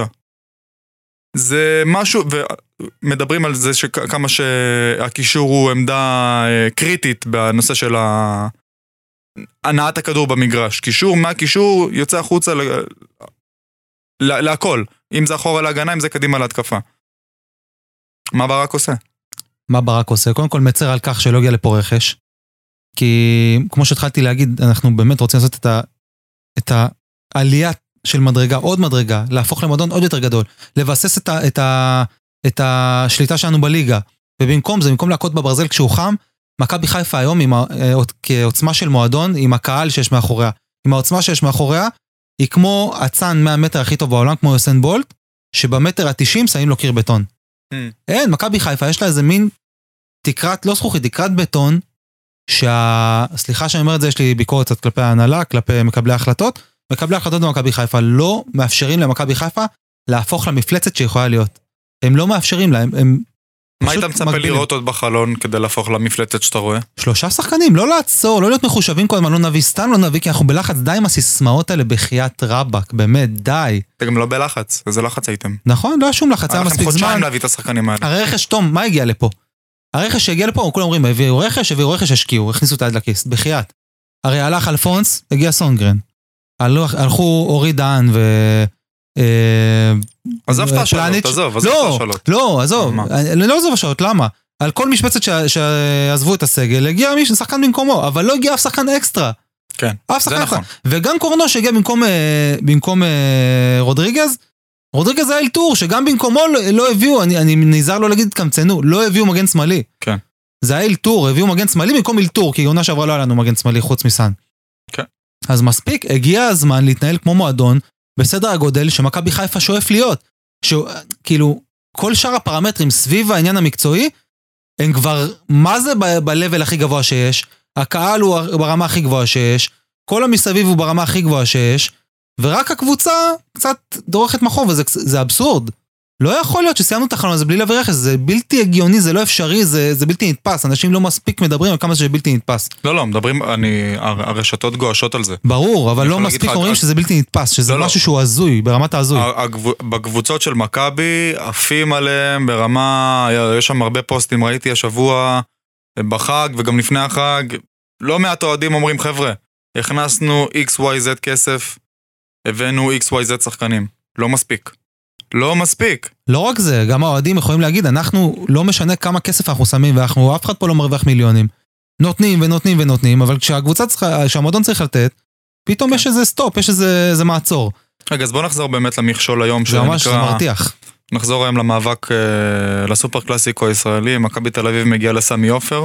זה משהו, ומדברים על זה שכמה שהקישור הוא עמדה קריטית בנושא של הנעת הכדור במגרש. קישור מהקישור יוצא החוצה להכל. אם זה אחורה להגנה, אם זה קדימה להתקפה. מה ברק עושה? מה ברק עושה? קודם כל מצר על כך שלא הגיע לפה רכש. כי כמו שהתחלתי להגיד, אנחנו באמת רוצים לעשות את ה, את העלייה של מדרגה, עוד מדרגה, להפוך למועדון עוד יותר גדול, לבסס את ה, את ה, את השליטה שלנו בליגה. ובמקום זה, במקום להכות בברזל כשהוא חם, מכבי חיפה היום עם כעוצמה של מועדון, עם הקהל שיש מאחוריה, עם העוצמה שיש מאחוריה, היא כמו הצן מאה מטר הכי טוב בעולם, כמו יוסן בולט, שבמטר ה-תשעים שמים לו קיר בטון. Mm. אין, מכבי חיפה יש לה איזה מין תקרת, לא זכוכית, תקרת בטון, שה... סליחה שאני אומר את זה, יש לי ביקורת קצת כלפי ההנהלה, כלפי מקבלי ההחלטות, מקבלי ההחלטות במכבי חיפה לא מאפשרים למכבי חיפה להפוך למפלצת שיכולה להיות. הם לא מאפשרים לה, הם, הם מה היית מצפה לראות עוד בחלון כדי להפוך למפלצת שאתה רואה? שלושה שחקנים, לא לעצור, לא להיות מחושבים כל הזמן, לא נביא, סתם לא נביא, כי אנחנו בלחץ, די עם הסיסמאות האלה בחיית רבק, באמת, די. זה גם לא בלחץ, איזה לחץ הייתם. נכון, לא היה שום לחץ, היה מספיק זמן. חודשיים להביא את השחקנים האלה. הרכש, תום, מה הגיע לפה? הרכש שהגיע לפה, כולם אומרים, הביאו רכש, הביאו רכש, השקיעו, הכניסו את היד לכיס, בחיית. הרי הלך אלפונס, הגיע סונגרן. הלכו אורי דהן ו... עזוב את השאלות, עזוב, עזוב את השאלות. לא, עזוב, אני לא עזוב השאלות, למה? על כל משבצת שעזבו את הסגל, הגיע מישהו, שחקן במקומו, אבל לא הגיע אף שחקן אקסטרה. כן, זה נכון. וגם קורנו שהגיע במקום רודריגז, רודריגז היה אלתור, שגם במקומו לא הביאו, אני נזהר לא להגיד קמצנו, לא הביאו מגן שמאלי. כן. זה היה אלתור, הביאו מגן שמאלי במקום אלתור, כי עונה שעברה לא היה לנו מגן שמאלי חוץ מסן. כן. אז מספיק, הגיע הזמן להתנהל כמו מועדון, בסדר הגודל שמכבי חיפה שואף להיות. כאילו, כל שאר הפרמטרים סביב העניין המקצועי, הם כבר, מה זה ב-level הכי גבוה שיש? הקהל הוא ברמה הכי גבוהה שיש, כל המסביב הוא ברמה הכי גבוהה שיש, ורק הקבוצה קצת דורכת מחור, וזה זה אבסורד. לא יכול להיות שסיימנו את החלום הזה בלי להביא רכש, זה בלתי הגיוני, זה לא אפשרי, זה, זה בלתי נתפס, אנשים לא מספיק מדברים על כמה זה בלתי נתפס. לא, לא, מדברים, אני, הרשתות גואשות על זה. ברור, אבל לא מספיק אומרים שזה בלתי נתפס, שזה לא, משהו שהוא הזוי, ברמת הזוי. בקבוצות של מכבי, עפים עליהם ברמה, יש שם הרבה פוסטים, ראיתי השבוע בחג וגם לפני החג, לא מעט אוהדים אומרים, חבר'ה, הכנסנו אקס וואי זד כסף, הבאנו אקס וואי זד שחקנים. לא מספיק. לא מספיק. לא רק זה, גם האוהדים יכולים להגיד, אנחנו לא משנה כמה כסף אנחנו שמים, ואנחנו, אף אחד פה לא מרוויח מיליונים. נותנים ונותנים ונותנים, אבל כשהקבוצה צריכה, כשהמועדון צריך לתת, פתאום יש איזה סטופ, יש איזה, איזה מעצור. רגע, אז בוא נחזור באמת למכשול היום, זה ממש, זה מרתיח. נחזור היום למאבק, לסופר קלאסיקו הישראלי, מכבי תל אביב מגיע לסמי עופר.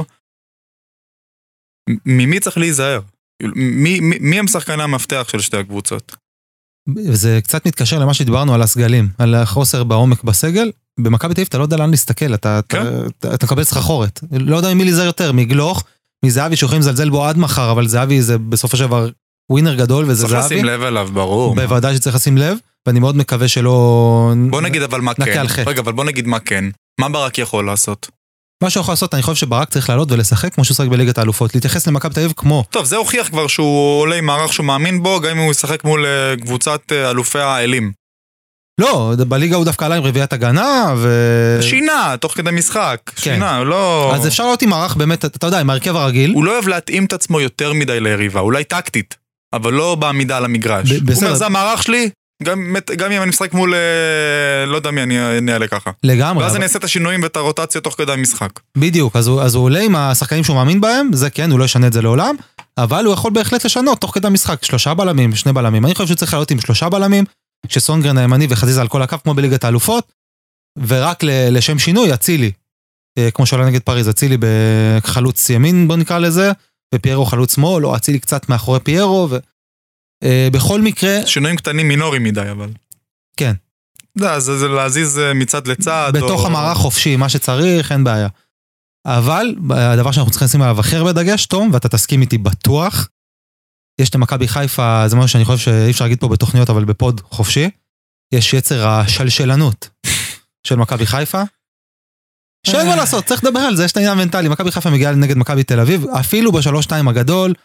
ממי צריך להיזהר? מי, מי, מי הם שחקני המפתח של שתי הקבוצות? וזה קצת מתקשר למה שדיברנו על הסגלים, על החוסר בעומק בסגל. במכבי תל אביב אתה לא יודע לאן להסתכל, אתה, כן? אתה, אתה, אתה מקבל סחחורת. לא יודע ממי להיזהר יותר, מגלוך, מזהבי שיכולים לזלזל בו עד מחר, אבל זהבי זה בסופו של דבר ווינר גדול, וזה זהבי. צריך לשים לב אליו, ברור. בוודאי שצריך לשים לב, ואני מאוד מקווה שלא... בוא נגיד אבל מה כן. רגע, אבל בוא נגיד מה כן. מה ברק יכול לעשות? מה שהוא יכול לעשות, אני חושב שברק צריך לעלות ולשחק כמו שהוא שחק בליגת האלופות, להתייחס למכבי תל אביב כמו... טוב, זה הוכיח כבר שהוא עולה עם מערך שהוא מאמין בו, גם אם הוא ישחק מול קבוצת אלופי האלים. לא, בליגה הוא דווקא עלה עם רביעת הגנה, ו... שינה, תוך כדי משחק. כן. שינה, לא... אז אפשר להיות עם מערך באמת, אתה יודע, עם הרכב הרגיל. הוא לא אוהב להתאים את עצמו יותר מדי ליריבה, אולי טקטית, אבל לא בעמידה על המגרש. ב- הוא אומר, זה המערך שלי, גם, גם אם אני משחק מול, לא יודע מי אני נעלה ככה. לגמרי. ואז אבל... אני אעשה את השינויים ואת הרוטציה תוך כדי המשחק. בדיוק, אז הוא, אז הוא עולה עם השחקנים שהוא מאמין בהם, זה כן, הוא לא ישנה את זה לעולם, אבל הוא יכול בהחלט לשנות תוך כדי המשחק, שלושה בלמים, שני בלמים. אני חושב שהוא צריך לעלות עם שלושה בלמים, שסונגרן הימני וחזיזה על כל הקו כמו בליגת האלופות, ורק לשם שינוי, אצילי, כמו שעולה נגד פריז, אצילי בחלוץ ימין, בוא נקרא לזה, ופיירו חלוץ שמאל, או אצילי קצת מאחורי פיירו, ובכל מקרה... שינויים קטנים מינוריים מדי, אבל... כן. זה, זה, זה להזיז מצד לצד. בתוך או... המערך חופשי, מה שצריך, אין בעיה. אבל, הדבר שאנחנו צריכים לשים עליו אחר בדגש, תום, ואתה תסכים איתי בטוח, יש למכבי חיפה, זה משהו שאני חושב שאי אפשר להגיד פה בתוכניות, אבל בפוד חופשי, יש יצר השלשלנות של מכבי חיפה. שאין מה לעשות, צריך לדבר על זה, יש את העניין המנטלי, מכבי חיפה מגיעה נגד מכבי תל אביב, אפילו בשלוש שתיים הגדול,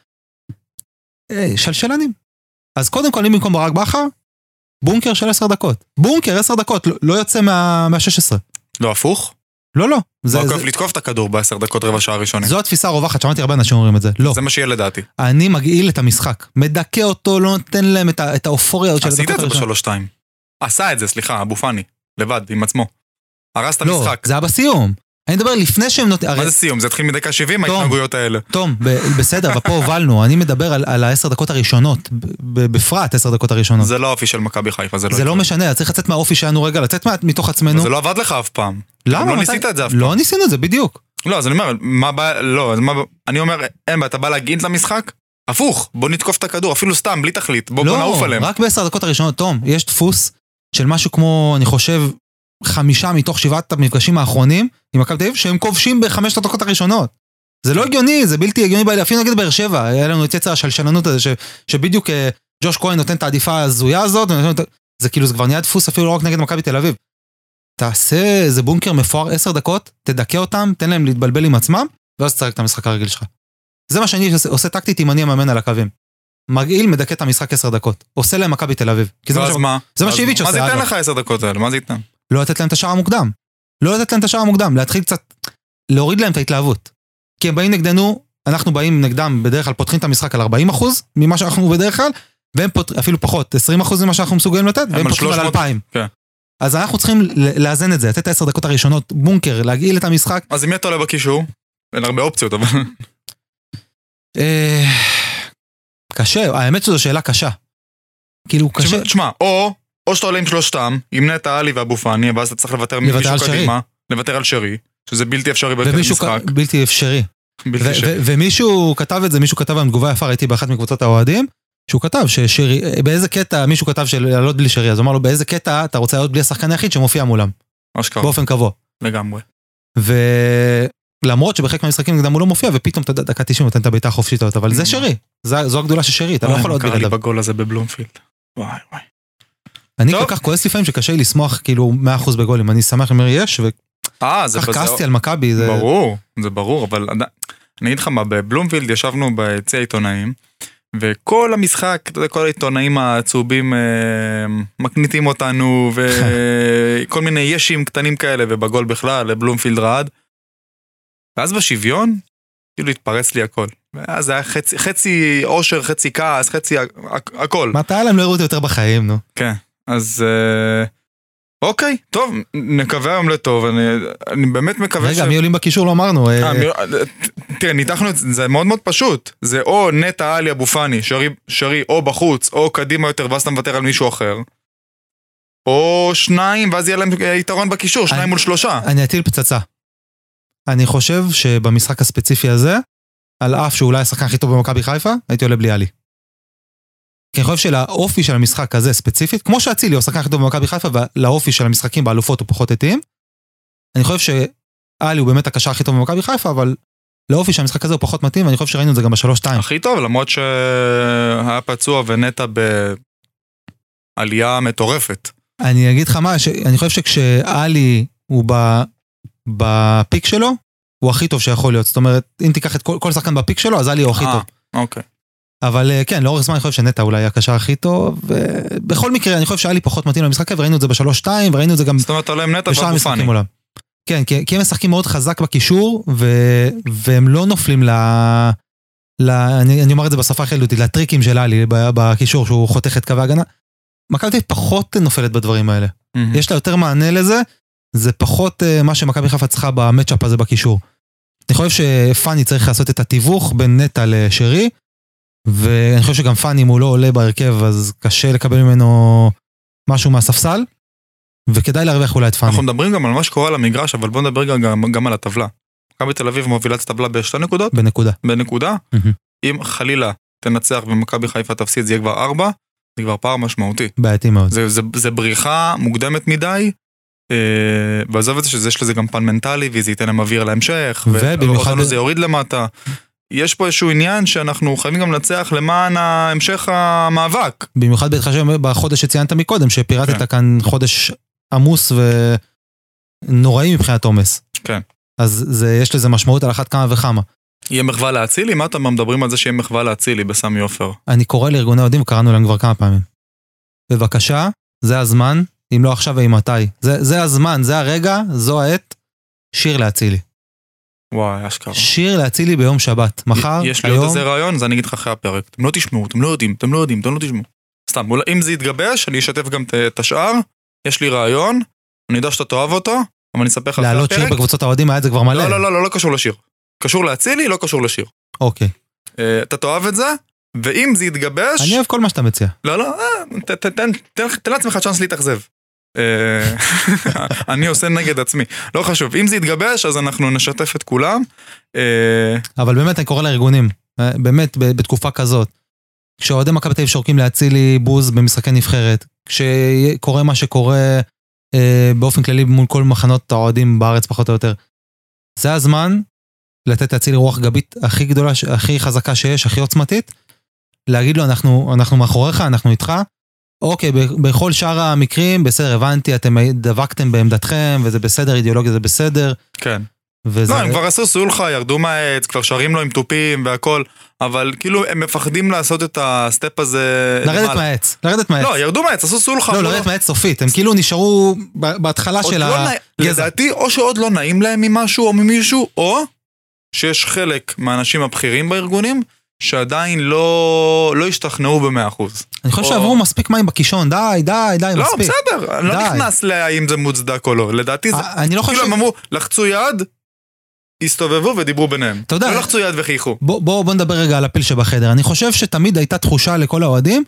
שלשלנים. אז קודם כל, אם במקום ברק בכר, בונקר של עשר דקות. בונקר עשר דקות, לא יוצא מה-שש עשרה. לא הפוך? לא, לא. זה כיף לתקוף את הכדור בעשר דקות רבע שעה ראשונים. זו התפיסה הרווחת, שמעתי הרבה אנשים אומרים את זה. לא. זה מה שיהיה לדעתי. אני מגעיל את המשחק. מדכא אותו, לא נותן להם את האופוריה של הדקות הראשונות. עשית את זה בשלוש שתיים. עשה את זה, סליחה, אבו פאני. לבד, עם עצמו. הרס את המשחק. לא, זה היה בסיום. אני מדבר לפני שהם נותנים... מה זה סיום? זה התחיל מדקה שבעים, ההתנהגויות האלה. תום, בסדר, ופה הובלנו. אני מדבר על העשר דקות הראשונות, בפרט עשר דקות הראשונות. זה לא אופי של מכבי חיפה, זה לא... זה לא משנה, צריך לצאת מהאופי שלנו רגע, לצאת מתוך עצמנו. זה לא עבד לך אף פעם. למה? לא ניסית את זה אף פעם. לא ניסינו את זה, בדיוק. לא, אז אני אומר, מה בא... לא, אני אומר, אין, אתה בא להגיד למשחק? הפוך, בוא נתקוף את הכדור, אפילו סתם, בלי תכלית, בוא נעוף עליהם. רק בעשר דקות הראשונות, תום, יש דפוס של משהו כמו, אני חושב, חמישה מתוך שבעת המפגשים האחרונים עם מכבי תל אביב, שהם כובשים בחמש הדקות הראשונות. זה לא הגיוני, זה בלתי הגיוני בעלי, אפילו נגד באר שבע, היה לנו את יצר השלשלנות הזה, ש, שבדיוק ג'וש כהן נותן את העדיפה הזויה הזאת, זה כאילו, זה כבר נהיה דפוס אפילו לא רק נגד מכבי תל אביב. תעשה איזה בונקר מפואר עשר דקות, תדכא אותם, תן להם להתבלבל עם עצמם, ואז תצטרק את המשחק הרגיל שלך. זה מה שאני עושה, עושה טקטית אם אני המאמן על הקווים. מגעיל מדכא את המשחק עשר דקות. עושה להם מכבי תל אביב. אז מה? זה מה שאיביץ' עושה. מה זה ייתן לך עשר דקות האלה? מה זה ייתן? לא לתת להם את השער המוקדם. לא לתת להם את השער המוקדם, להתחיל קצת, להוריד להם את ההתלהבות. כי הם באים נגדנו, אנחנו באים נגדם, בדרך כלל פותחים את המשחק על ארבעים אחוז, ממה שאנחנו בדרך כלל, והם אפילו פחות, עשרים אחוז ממה שאנחנו מסוגלים לתת, והם פותחים על אלפיים. אז אנחנו צריכים לאזן את זה, לתת את העשר דקות הראשונות, בונקר, להגעיל את המשחק. אז אם אתה עולה בקישור, אין הרבה אופציות, אבל... קשה, האמת שזו שאלה קשה. כאילו, קשה... תשמע, או... או שאתה עולה עם שלושתם, עם נטע עלי ואבו פאני, ואז אתה צריך לוותר מישהו קדימה, לוותר על שרי, שזה בלתי אפשרי במשחק. בלתי אפשרי. ומישהו כתב את זה, מישהו כתב עם תגובה יפה, ראיתי באחת מקבוצות האוהדים, שהוא כתב ששרי, באיזה קטע, מישהו כתב של לעלות בלי שרי, אז הוא אמר לו, באיזה קטע אתה רוצה לעלות בלי השחקן היחיד שמופיע מולם. באופן קבוע. לגמרי. ולמרות שבחלק מהמשחקים נגדם הוא לא מופיע, ופתאום אתה דקה תשעים נותן את הביתה החופשית, אבל זה שרי, זו הגדולה של שרי, אתה לא יכול לעלות בלעדיו. בגול הזה בבלומפילד. וואי וואי. אני כל כך כועס לפעמים שקשה לי לשמוח כאילו מאה אחוז בגולים, אני שמח למר יש, וכך כעסתי על מכבי. ברור, זה ברור, אבל אני אגיד לך מה, בבלומפילד ישבנו ביציע העיתונאים, וכל המשחק, כל העיתונאים העצובים מקניטים אותנו, וכל מיני ישים קטנים כאלה, ובגול בכלל, לבלומפילד רעד. ואז בשוויון, כאילו התפרץ לי הכל. זה היה חצי, חצי אושר, חצי כעס, חצי הכ- הכל. מתי להם לא הראו אותי יותר בחיים, נו. כן, אז אה, אוקיי, טוב, נקווה היום לטוב, אני, אני באמת מקווה רגע, מי עולים בקישור לא אמרנו. אה, אה, מי- תראה, ניתחנו את זה, זה מאוד מאוד פשוט, זה או נטע עלי אבו פאני, שרי, שרי או בחוץ, או קדימה יותר, ואז אתה מוותר על מישהו אחר, או שניים, ואז יהיה להם יתרון בקישור, שניים אני- מול שלושה. אני אטיל פצצה. אני חושב שבמשחק הספציפי הזה, על אף שאולי השחקן הכי טוב במכבי חיפה, הייתי עולה בלי עלי. כי אני חושב שלאופי של המשחק הזה ספציפית, כמו שאצילי הוא השחקן הכי טוב במכבי חיפה, ולאופי של המשחקים באלופות הוא פחות התאים, אני חושב שעלי הוא באמת הקשר הכי טוב במכבי חיפה, אבל לאופי של המשחק הזה הוא פחות מתאים, ואני חושב שראינו את זה גם בשלוש שתיים. הכי טוב, למרות שהיה פצוע ונטע בעלייה מטורפת. אני אגיד לך מה, ש- אני חושב שכשאלי הוא ב- בפיק שלו, הוא הכי טוב שיכול להיות. זאת אומרת, אם תיקח את כל, כל שחקן בפיק שלו, אז אלי הוא הכי אה, טוב. אוקיי. אבל אה, כן, לאורך זמן אני חושב שנטע אולי הקשר הכי טוב, ובכל מקרה אני חושב שאלי פחות מתאים למשחק, וראינו את זה בשלוש שתיים, וראינו את זה גם זאת אומרת, עולה עם נטע בשאר ואבו פאני. המשחקים עולם. כן, כי, כי הם משחקים מאוד חזק בקישור, ו, והם לא נופלים ל... ל אני, אני אומר את זה בשפה החילותית, לטריקים של אלי ב- בקישור, שהוא חותך את קווי הגנה. מכבי תל אביב פחות נופלת בדברים האלה. מהמם. יש לה יותר מענה לזה, זה פחות uh, מה שמכבי חיפה צריכה במצ'אפ הזה בקישור. אני חושב שפאני צריך לעשות את התיווך בין נטע לשרי, ואני חושב שגם פאני אם הוא לא עולה בהרכב, אז קשה לקבל ממנו משהו מהספסל, וכדאי להרוויח אולי את פאני. אנחנו מדברים גם על מה שקורה על המגרש, אבל בואו נדבר גם, גם על הטבלה. מכבי תל אביב מובילה את הטבלה בשתי נקודות, בנקודה. בנקודה. מהמם. אם חלילה תנצח ומכבי חיפה תפסיד, זה יהיה כבר ארבע, זה כבר פער משמעותי. בעייתי מאוד. זה, זה, זה בריחה מוקדמת מדי, אה, ועזוב את זה שיש לזה גם פן מנטלי, וזה ייתן להם אוויר להמשך, ובמיוחד- ואותנו זה יוריד למטה. יש פה איזשהו עניין שאנחנו חייבים גם לנצח למען המשך המאבק. במיוחד בהתחשב בחודש שציינת מקודם, שפירטת כן. כאן חודש עמוס ונוראי מבחינת עומס. כן. אז זה, יש לזה משמעות על אחת כמה וכמה. יהיה מחווה להצילי? מה אתם מדברים על זה שיהיה מחווה להצילי בסמי עופר? אני קורא לארגוני אוהדים, קראנו להם כבר כמה פעמים. בבקשה, זה הזמן, אם לא עכשיו ואם מתי. זה, זה הזמן, זה הרגע, זו העת, שיר להצילי. וואי, אשכרה. שיר להצילי ביום שבת. מחר, יש לי עוד היום, איזה רעיון, אז אני אגיד לך אחרי הפרק. אתם לא תשמעו, אתם לא יודעים, אתם לא יודעים, אתם לא תשמעו. סתם, אולי- אם זה יתגבש, אני אשתף גם את- את השאר. יש לי רעיון, אני יודע שאתה תאהב אותו, אבל אני אספר לך אחרי להעלות שיר הפרק. בקבוצות האוהדים, היה את זה כבר מלא. לא, לא, לא, לא, לא קשור לשיר. קשור להצילי, לא קשור לשיר. אוקיי. אה, אתה תאהב את זה, ואם זה יתגבש... אני אוהב כל מה שאתה מציע. לא, לא, אה, ת- ת- תן- תן תן לעצמך צ'אנס להתאכזב. אה, אני עושה נגד עצמי. לא חשוב, אם זה יתגבש, אז אנחנו נשתף את כולם. אה, אבל באמת אני קורא לארגונים, באמת ב- בתקופה כזאת, כשאוהדי מכבי תל אביב שורקים להצילי בוז במשחקי נבחרת, כשקורה מה שקורה אה, באופן כללי מול כל מחנות האוהדים בארץ פחות או יותר, זה הזמן לתת להצילי רוח גבית הכי גדולה, ש- הכי חזקה שיש, הכי עוצמתית, להגיד לו אנחנו, אנחנו מאחוריך, אנחנו איתך, אוקיי, ב- בכל שאר המקרים, בסדר, הבנתי, אתם דבקתם בעמדתכם, וזה בסדר, אידיאולוגיה זה בסדר, כן. וזה... לא, הם כבר עשו סולחה, ירדו מהעץ, כבר שרים לו עם טופים והכל, אבל כאילו הם מפחדים לעשות את הסטפ הזה... לרדת למעלה. מהעץ, לרדת מהעץ. לא, ירדו מהעץ, עשו סולחה. לא, לרדת מהעץ סופית, הם כאילו נשארו ב- בהתחלה עוד של לא נע- הגזע. לדעתי, או שעוד לא נעים להם ממשהו או ממישהו, או שיש חלק מהאנשים הבכירים בארגונים, שעדיין לא, לא השתכנעו במאה אחוז. אני חושב או- שעברו מספיק מים בקישון, די, די, די, לא, מספיק. בסדר, אני לא די. נכנס להאם זה מוצדק או לא. לדעתי זה... אה, אני לא כאילו חושב... הם אמרו, לחצו יד, הסתובבו ודיברו ביניהם. אתה יודע- לא לחצו יד וחייכו. בוא, בוא, בוא נדבר רגע על הפיל שבחדר. אני חושב שתמיד הייתה תחושה לכל האוהדים,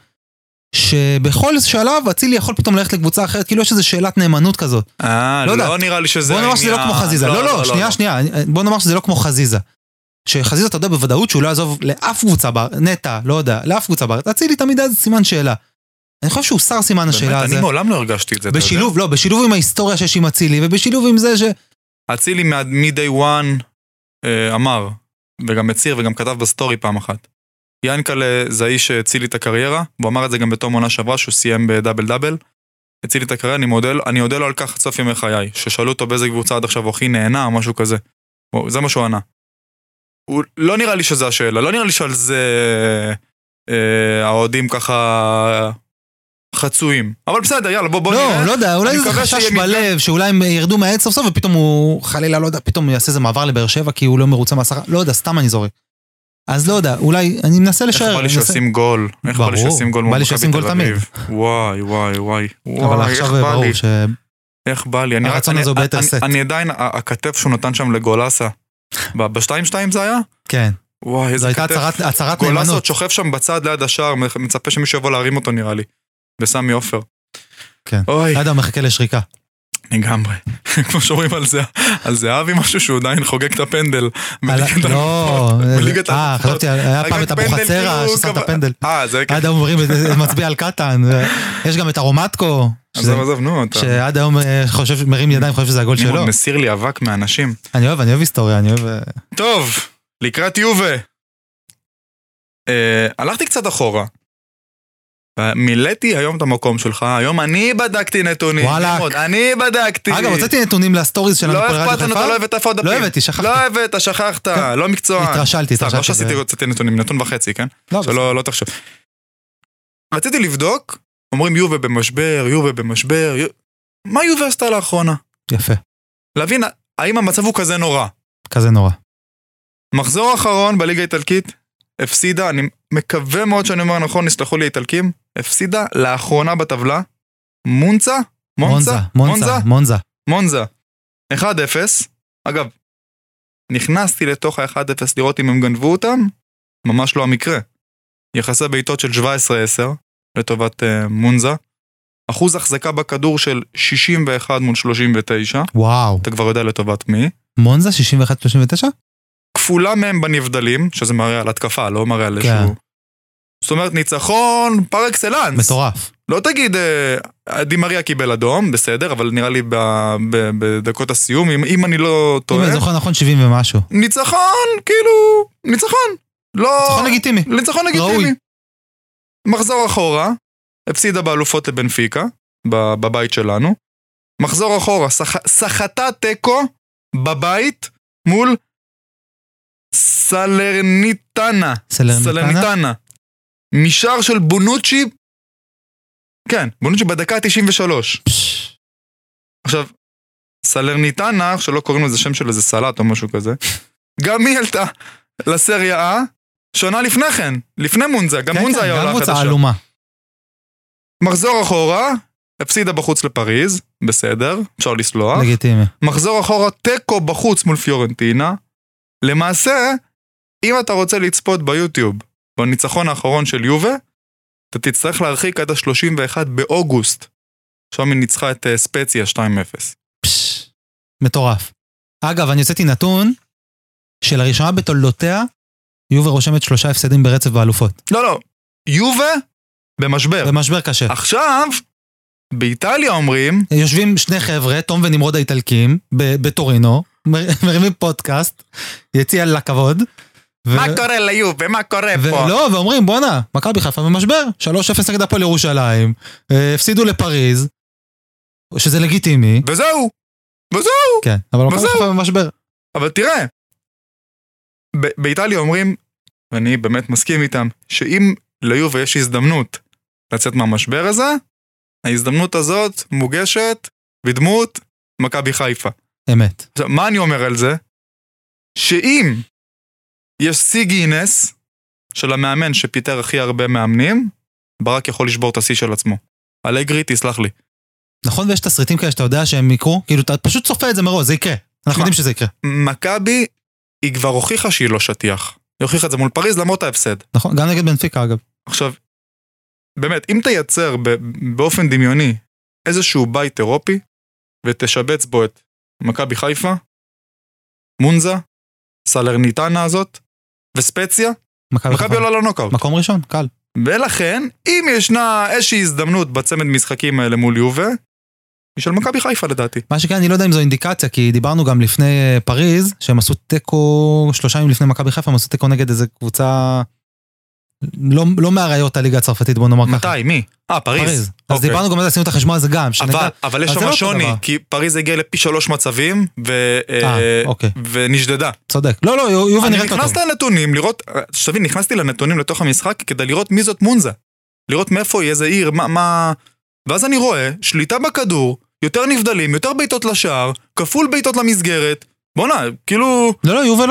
שבכל שלב אצילי יכול פתאום ללכת לקבוצה אחרת, כאילו יש איזו שאלת נאמנות כזאת. אה, לא לא, יודע. נראה לי שזה... בוא נאמר שזה לא העניין. כמו חזיזה. לא, לא, שנייה, שנייה. בוא נאמר שזה לא כמו חזיזה. שחזיזה אתה יודע בוודאות שהוא לא יעזוב לאף קבוצה בארץ, נטע, לא יודע, לאף קבוצה בארץ. אצילי תמיד היה איזה סימן שאלה. אני חושב שהוא שר סימן השאלה באמת, הזה. אני מעולם לא הרגשתי את זה. אתה יודע. בשילוב, לא, בשילוב עם ההיסטוריה שיש עם אצילי, ובשילוב עם זה ש... אצילי מ-day one אה, אמר, וגם הציר וגם כתב בסטורי פעם אחת. ינקלה זה האיש שהציל לי את הקריירה, והוא אמר את זה גם בתום עונה שעברה, שהוא סיים בדאבל דאבל. הציל לי את הקריירה, אני מודל, אני אודה לו על כך סוף ימי חיי, ששאלו אותו באיזה קבוצה עד עכשיו הוא הכי נהנה או משהו כזה. או, זה מה שהוא ענה. הוא, לא נראה לי שזה השאלה, לא נראה לי שעל זה אה, האוהדים ככה חצויים. אבל בסדר, יאללה, בוא, בוא לא, נראה. לא יודע, אולי אני זה מקווה חשש שיהיה מפגש. בלב, שאולי הם ירדו מהעץ סוף סוף, ופתאום הוא, חלילה, לא יודע, פתאום יעשה איזה מעבר לבאר שבע, כי הוא לא מרוצה מהשכר, לא יודע, סתם אני זורק. אז לא יודע, אולי, אני מנסה לשער. איך בא לי שעושים גול? איך בא לי שעושים גול? בא לי שעושים גול תמיד. וואי, וואי, וואי. אבל עכשיו ברור ש... איך בא לי? הרצון הזה הוא ביתר סט. אני עדיין, הכתף שהוא נתן שם לגולסה. ב-שתיים שתיים זה היה? כן. וואי, איזה כתף. זו הייתה הצהרת נאמנות. גולסה שוכב שם בצד ליד השער, מצפה שמישהו יבוא להרים אותו נראה לי. בסמי עופר. כן. אדם מחכה לשריקה. לגמרי. כמו שאומרים על זה, על זה אהבי משהו שהוא עדיין חוגג את הפנדל. לא, אה, חשבתי, היה פעם את אבוחצירה ששם את הפנדל. אה, זה כן. עד היום אומרים, מצביע על קטן. יש גם את הרומטקו. עזוב, עזוב, נו. שעד היום חושב, מרים ידיים, חושב שזה הגול שלו. הוא מסיר לי אבק מאנשים. אני אוהב, אני אוהב היסטוריה, אני אוהב... טוב, לקראת יובה. הלכתי קצת אחורה. מילאתי היום את המקום שלך, היום אני בדקתי נתונים. וואלק. אני בדקתי. אגב, הוצאתי נתונים לסטוריז שלנו. לא אכפת לנו, אתה לא הבאת איפה הדפים. לא הבאתי, שכחתי. לא הבאת, שכחת, לא מקצוען. התרשלתי, סתם, לא התרשלתי. שעשיתי הוצאתי נתונים, נתון וחצי, כן? לא, שלא לא תחשוב. רציתי לבדוק, אומרים יובה במשבר, יובה במשבר, מה יובה עשתה לאחרונה? יפה. להבין, האם המצב הוא כזה נורא? כזה נורא. מחזור האחרון בליגה האיטלקית, הפסידה, אני מקווה מאוד שאני אומר נכון, נסלחו לי איטלקים, הפסידה לאחרונה בטבלה, מונצה? מונזה, מונזה, מונזה. מונזה. אחד אפס, אגב, נכנסתי לתוך ה-אחד אפס לראות אם הם גנבו אותם, ממש לא המקרה. יחסי בעיטות של שבע עשרה עשר, לטובת uh, מונזה, אחוז החזקה בכדור של שישים ואחת מול שלושים ותשע. וואו. אתה כבר יודע לטובת מי. מונזה שישים ואחת שלושים ותשע? כפולה מהם בנבדלים, שזה מראה על התקפה, לא מראה על איזשהו... כן. זאת אומרת, ניצחון פר אקסלנס. מטורף. לא תגיד, דימריה קיבל אדום, בסדר, אבל נראה לי ב- ב- בדקות הסיום, אם, אם אני לא טועה... אם אני זוכר נכון, שבעים ומשהו. ניצחון, כאילו, ניצחון. לא... ניצחון לגיטימי. ניצחון לגיטימי. ראוי. מחזור אחורה, הפסידה באלופות לבנפיקה, בבית שלנו. מחזור אחורה, סח... סחטה טקו בבית מול סלרניטנה. סלרניטנה? סלרניטנה. משאר של בונוצ'י, כן, בונוצ'י בדקה ה-תשעים ושלוש. עכשיו, סלרניטנה, שלא קוראים לזה שם של איזה סלט או משהו כזה, גם היא עלתה לסריה A, שונה לפני כן, לפני מונזה, גם כן, מונזה כן, היה גם עולה קבוצה חדשה. אלומה. מחזור אחורה, הפסידה בחוץ לפריז, בסדר, אפשר לסלוח. לגיטימי. מחזור אחורה, טקו בחוץ מול פיורנטינה. למעשה, אם אתה רוצה לצפות ביוטיוב, בניצחון האחרון של יובה, אתה תצטרך להרחיק עד ה-שלושים ואחד באוגוסט. עכשיו היא ניצחה את uh, ספציה שתיים אפס. פש, מטורף. אגב, אני הוצאתי נתון שלראשונה בתולדותיה, יובה רושמת שלושה הפסדים ברצף באלופות. לא, לא. יובה במשבר. במשבר קשה. עכשיו, באיטליה אומרים... יושבים שני חבר'ה, תום ונמרוד האיטלקים, בטורינו, מרימים פודקאסט, יציע לכבוד. מה קורה ליובה? מה קורה פה? לא, ואומרים, בואנה, מכבי חיפה במשבר, שלוש אפס נגד הפועל ירושלים, הפסידו לפריז, שזה לגיטימי. וזהו. וזהו. כן, אבל מכבי חיפה במשבר. אבל תראה, באיטליה אומרים, ואני באמת מסכים איתם, שאם ליובה יש הזדמנות לצאת מהמשבר הזה, ההזדמנות הזאת מוגשת בדמות מכבי חיפה. אמת. עכשיו, מה אני אומר על זה? שאם יש סי גינס של המאמן שפיטר הכי הרבה מאמנים, ברק יכול לשבור את הסי של עצמו. אלגרי, תסלח לי. נכון, ויש תסריטים כאלה שאתה יודע שהם יקרו, כאילו אתה פשוט צופה את זה מראש, זה יקרה. אנחנו יודעים שזה יקרה. מכבי היא כבר הוכיחה שהיא לא שטיח. היא הוכיחה את זה מול פריז למרות ההפסד. נכון, גם נגד בנפיקה אגב. עכשיו, באמת, אם תייצר באופן דמיוני איזשהו בית אירופי, ותשבץ בו את מכבי חיפה, מונזה, סלרניטנה הזאת, וספציה, מכבי עולה לנוקאוט. מקום ראשון, קל. ולכן, אם ישנה איזושהי הזדמנות בצמד משחקים האלה מול יובה, היא של מכבי חיפה לדעתי. מה שכן, אני לא יודע אם זו אינדיקציה, כי דיברנו גם לפני פריז, שהם עשו טקו, שלושה ימים לפני מכבי חיפה, הם עשו טקו נגד איזה קבוצה, לא, לא מהראיות הליגה הצרפתית, בוא נאמר ככה. מתי? מי? אה, פריז. פריז. אז אוקיי. דיברנו גם על זה, עשינו את החשבון הזה גם. אבל, אבל יש שם שוני, כי פריז הגיע לפי שלוש מצבים, ו... אה, אוקיי. ונשדדה. צודק. לא, לא, יובה נראית טוב. אני נכנסתי לנתונים, לראות, שתבין, נכנסתי לנתונים לתוך המשחק, כדי לראות מי זאת מונזה. לראות מאיפה היא, איזה עיר, מה, מה... ואז אני רואה, שליטה בכדור, יותר נבדלים, יותר ביתות לשער, כפול ביתות למסגרת. בוא'נה, כאילו... לא, לא, יובה לא טובה.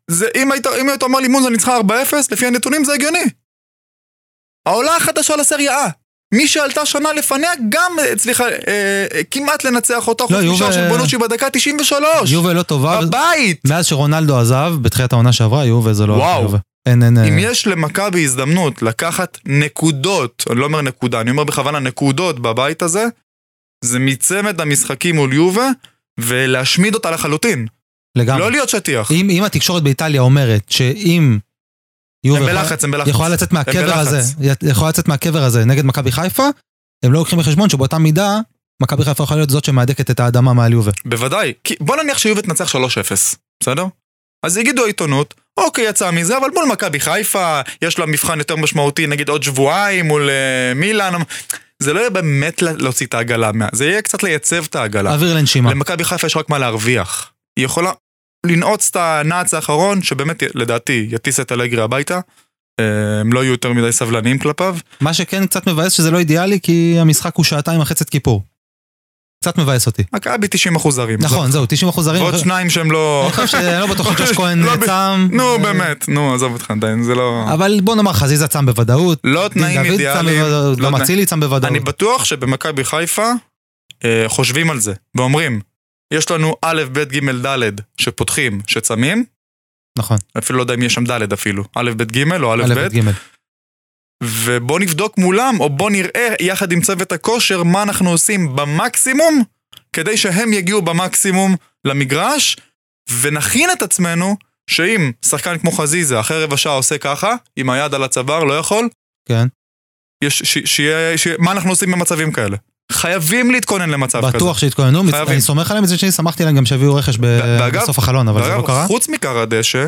זה, אם היית, אם היית אומר לי מונזה ניצחה ארבע אפס, לפי הנתונים זה הגיוני. העולה החדשה לסריה A. מי שעלתה שנה לפניה גם הצליחה אה, אה, כמעט לנצח אותו, חוץ משאר של בונוצ'י בדקה תשעים ושלוש. יובה לא טובה. בבית. מאז שרונלדו עזב, בתחילת העונה שעברה, יובה זה לא... וואו. אין, אין, אם יש למכבי הזדמנות לקחת נקודות, אני לא אומר נקודה, אני אומר בכוונה נקודות בבית הזה, זה מצמד המשחקים מול יובה, ולהשמיד אותה לחלוטין. לגמרי. לא להיות שטיח. אם, אם התקשורת באיטליה אומרת שאם יובה הם בלחץ, הם בלחץ. יכולה לצאת מהקבר הזה, יכולה לצאת מהקבר הזה נגד מכבי חיפה, הם לא לוקחים בחשבון שבאותה מידה, מכבי חיפה יכולה להיות זאת שמעדקת את האדמה מעל יובה. בוודאי. כי בוא נניח שיובה תנצח שלוש אפס, בסדר? אז יגידו העיתונות, אוקיי, יצא מזה, אבל מול מכבי חיפה, יש לה מבחן יותר משמעותי, נגיד עוד שבועיים, מול uh, מילאן, זה לא יהיה באמת להוציא את העגלה, זה יהיה קצת לייצב את העגלה. אוויר לנשימה. למכבי חיפה יש רק מה להרוויח. היא יכולה לנעוץ את הנעץ האחרון, שבאמת, לדעתי, יטיס את אלגרי הביתה, הם לא יהיו יותר מדי סבלניים כלפיו. מה שכן קצת מבאס שזה לא אידיאלי, כי המשחק הוא שעתיים החצת כיפור. קצת מבאס אותי. מכבי תשעים אחוז זרים. נכון, זהו, תשעים אחוז זרים. ועוד שניים שהם לא... אני חושב שלא בטוח שג'וש כהן צם. נו, באמת, נו, עזוב אותך, דיין, זה לא... אבל בוא נאמר, חזיזה צם בוודאות. לא תנאים אידיאליים. גם אצילי צם בוודאות. אני בטוח שבמכבי חיפה חושבים על זה, ואומרים, יש לנו א', ב', ג', ד' שפותחים, שצמים. נכון. אפילו לא יודע אם יש שם ד' אפילו. א', ב', ג' או א', ב'. ובוא נבדוק מולם, או בוא נראה יחד עם צוות הכושר מה אנחנו עושים במקסימום, כדי שהם יגיעו במקסימום למגרש, ונכין את עצמנו, שאם שחקן כמו חזיזה, אחרי רבע שעה עושה ככה, עם היד על הצוואר, לא יכול, כן. יש, ש, שיהיה, ש, מה אנחנו עושים במצבים כאלה? חייבים להתכונן למצב כזה. בטוח שהתכוננו, אני סומך עליהם את זה שאני שמחתי להם גם שהביאו רכש בסוף החלון, אבל זה לא קרה. חוץ מקר הדשא,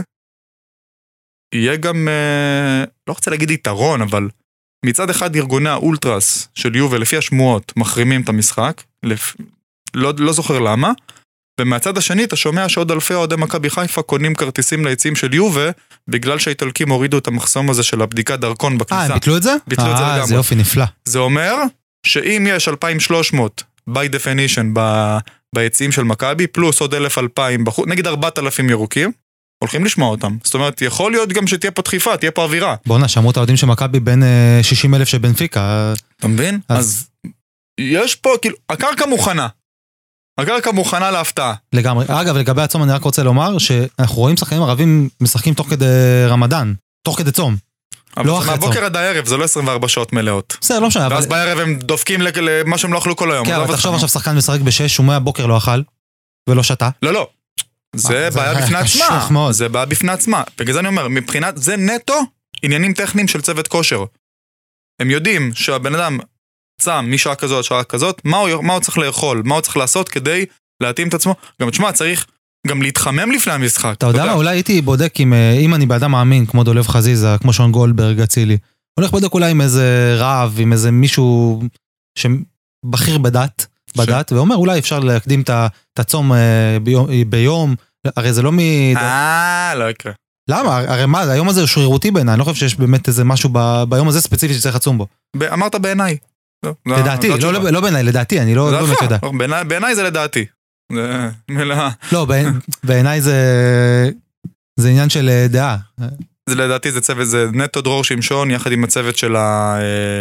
יהיה גם, לא רוצה להגיד יתרון, אבל מצד אחד ארגוני האולטרס של יובל, לפי השמועות, מחרימים את המשחק, לא, לא זוכר למה, ומהצד השני אתה שומע שעוד אלפי אוהדי מכבי חיפה קונים כרטיסים ליציעים של יובה, בגלל שהאיטלקים הורידו את המחסום הזה של הבדיקת דרכון בכניסה. אה, הם ביטלו את זה? ביטלו את זה לגמרי. זה יופי נפלא. זה אומר שאם יש אלפיים ושלוש מאות by definition ב, ביציעים של מכבי, פלוס עוד אלף אלפיים בחוץ, נגיד ארבעת אלפים ירוקים, הולכים לשמוע אותם. זאת אומרת, יכול להיות גם שתהיה פה דחיפה, תהיה פה אווירה. בוא נשמעו את העודים של מכבי בין שישים אלף של בנפיקה. אתה מבין? אז... אז יש פה, כאילו, הקרקע מוכנה. הקרקע מוכנה להפתעה. לגמרי. אגב, לגבי הצום אני רק רוצה לומר, שאנחנו רואים שחקנים ערבים משחקים תוך כדי רמדאן, תוך כדי צום. לא אחרי צום. מהבוקר עד הערב, זה לא עשרים וארבע שעות מלאות. בסדר, לא משנה. ואז בערב הם דופקים למה שהם לא אכלו כל היום. כן, אבל תחשוב עכשיו שחקן משחק בשש, הוא מהבוקר לא אכל, ולא שתה. לא, לא. זה בעיה בפני עצמה. זה בעיה בפני עצמה. בגלל זה אני אומר, מבחינת, זה נטו עניינים טכניים של צוות כושר. הם יודעים שהבן אדם צם משעה כזאת, שעה כזאת, מה הוא, מה הוא צריך לאכול, מה הוא צריך לעשות כדי להתאים את עצמו. גם תשמע, צריך גם להתחמם לפני המשחק. אתה יודע מה, אולי הייתי בודק אם, אם אני באדם מאמין, כמו דולב חזיזה, כמו שון גולדברג, אצילי, הולך בודק אולי עם איזה רב, עם איזה מישהו שבכיר בדת, בדת, ואומר אולי אפשר להקדים את הצום ביום, ביום, הרי זה לא מ... אה, לא יקרה. למה? הרי מה, היום הזה הוא שרירותי בעיניי, אני לא חושב שיש באמת איזה משהו ביום הזה ספציפי שצריך לצום בו. אמרת בעיניי. לדעתי, לא בעיניי, לדעתי, אני לא באמת יודע. בעיניי זה לדעתי. זה מילה... לא, בעיניי זה עניין של דעה. זה לדעתי, זה צוות, זה נטו דרור שמשון, יחד עם הצוות של ה...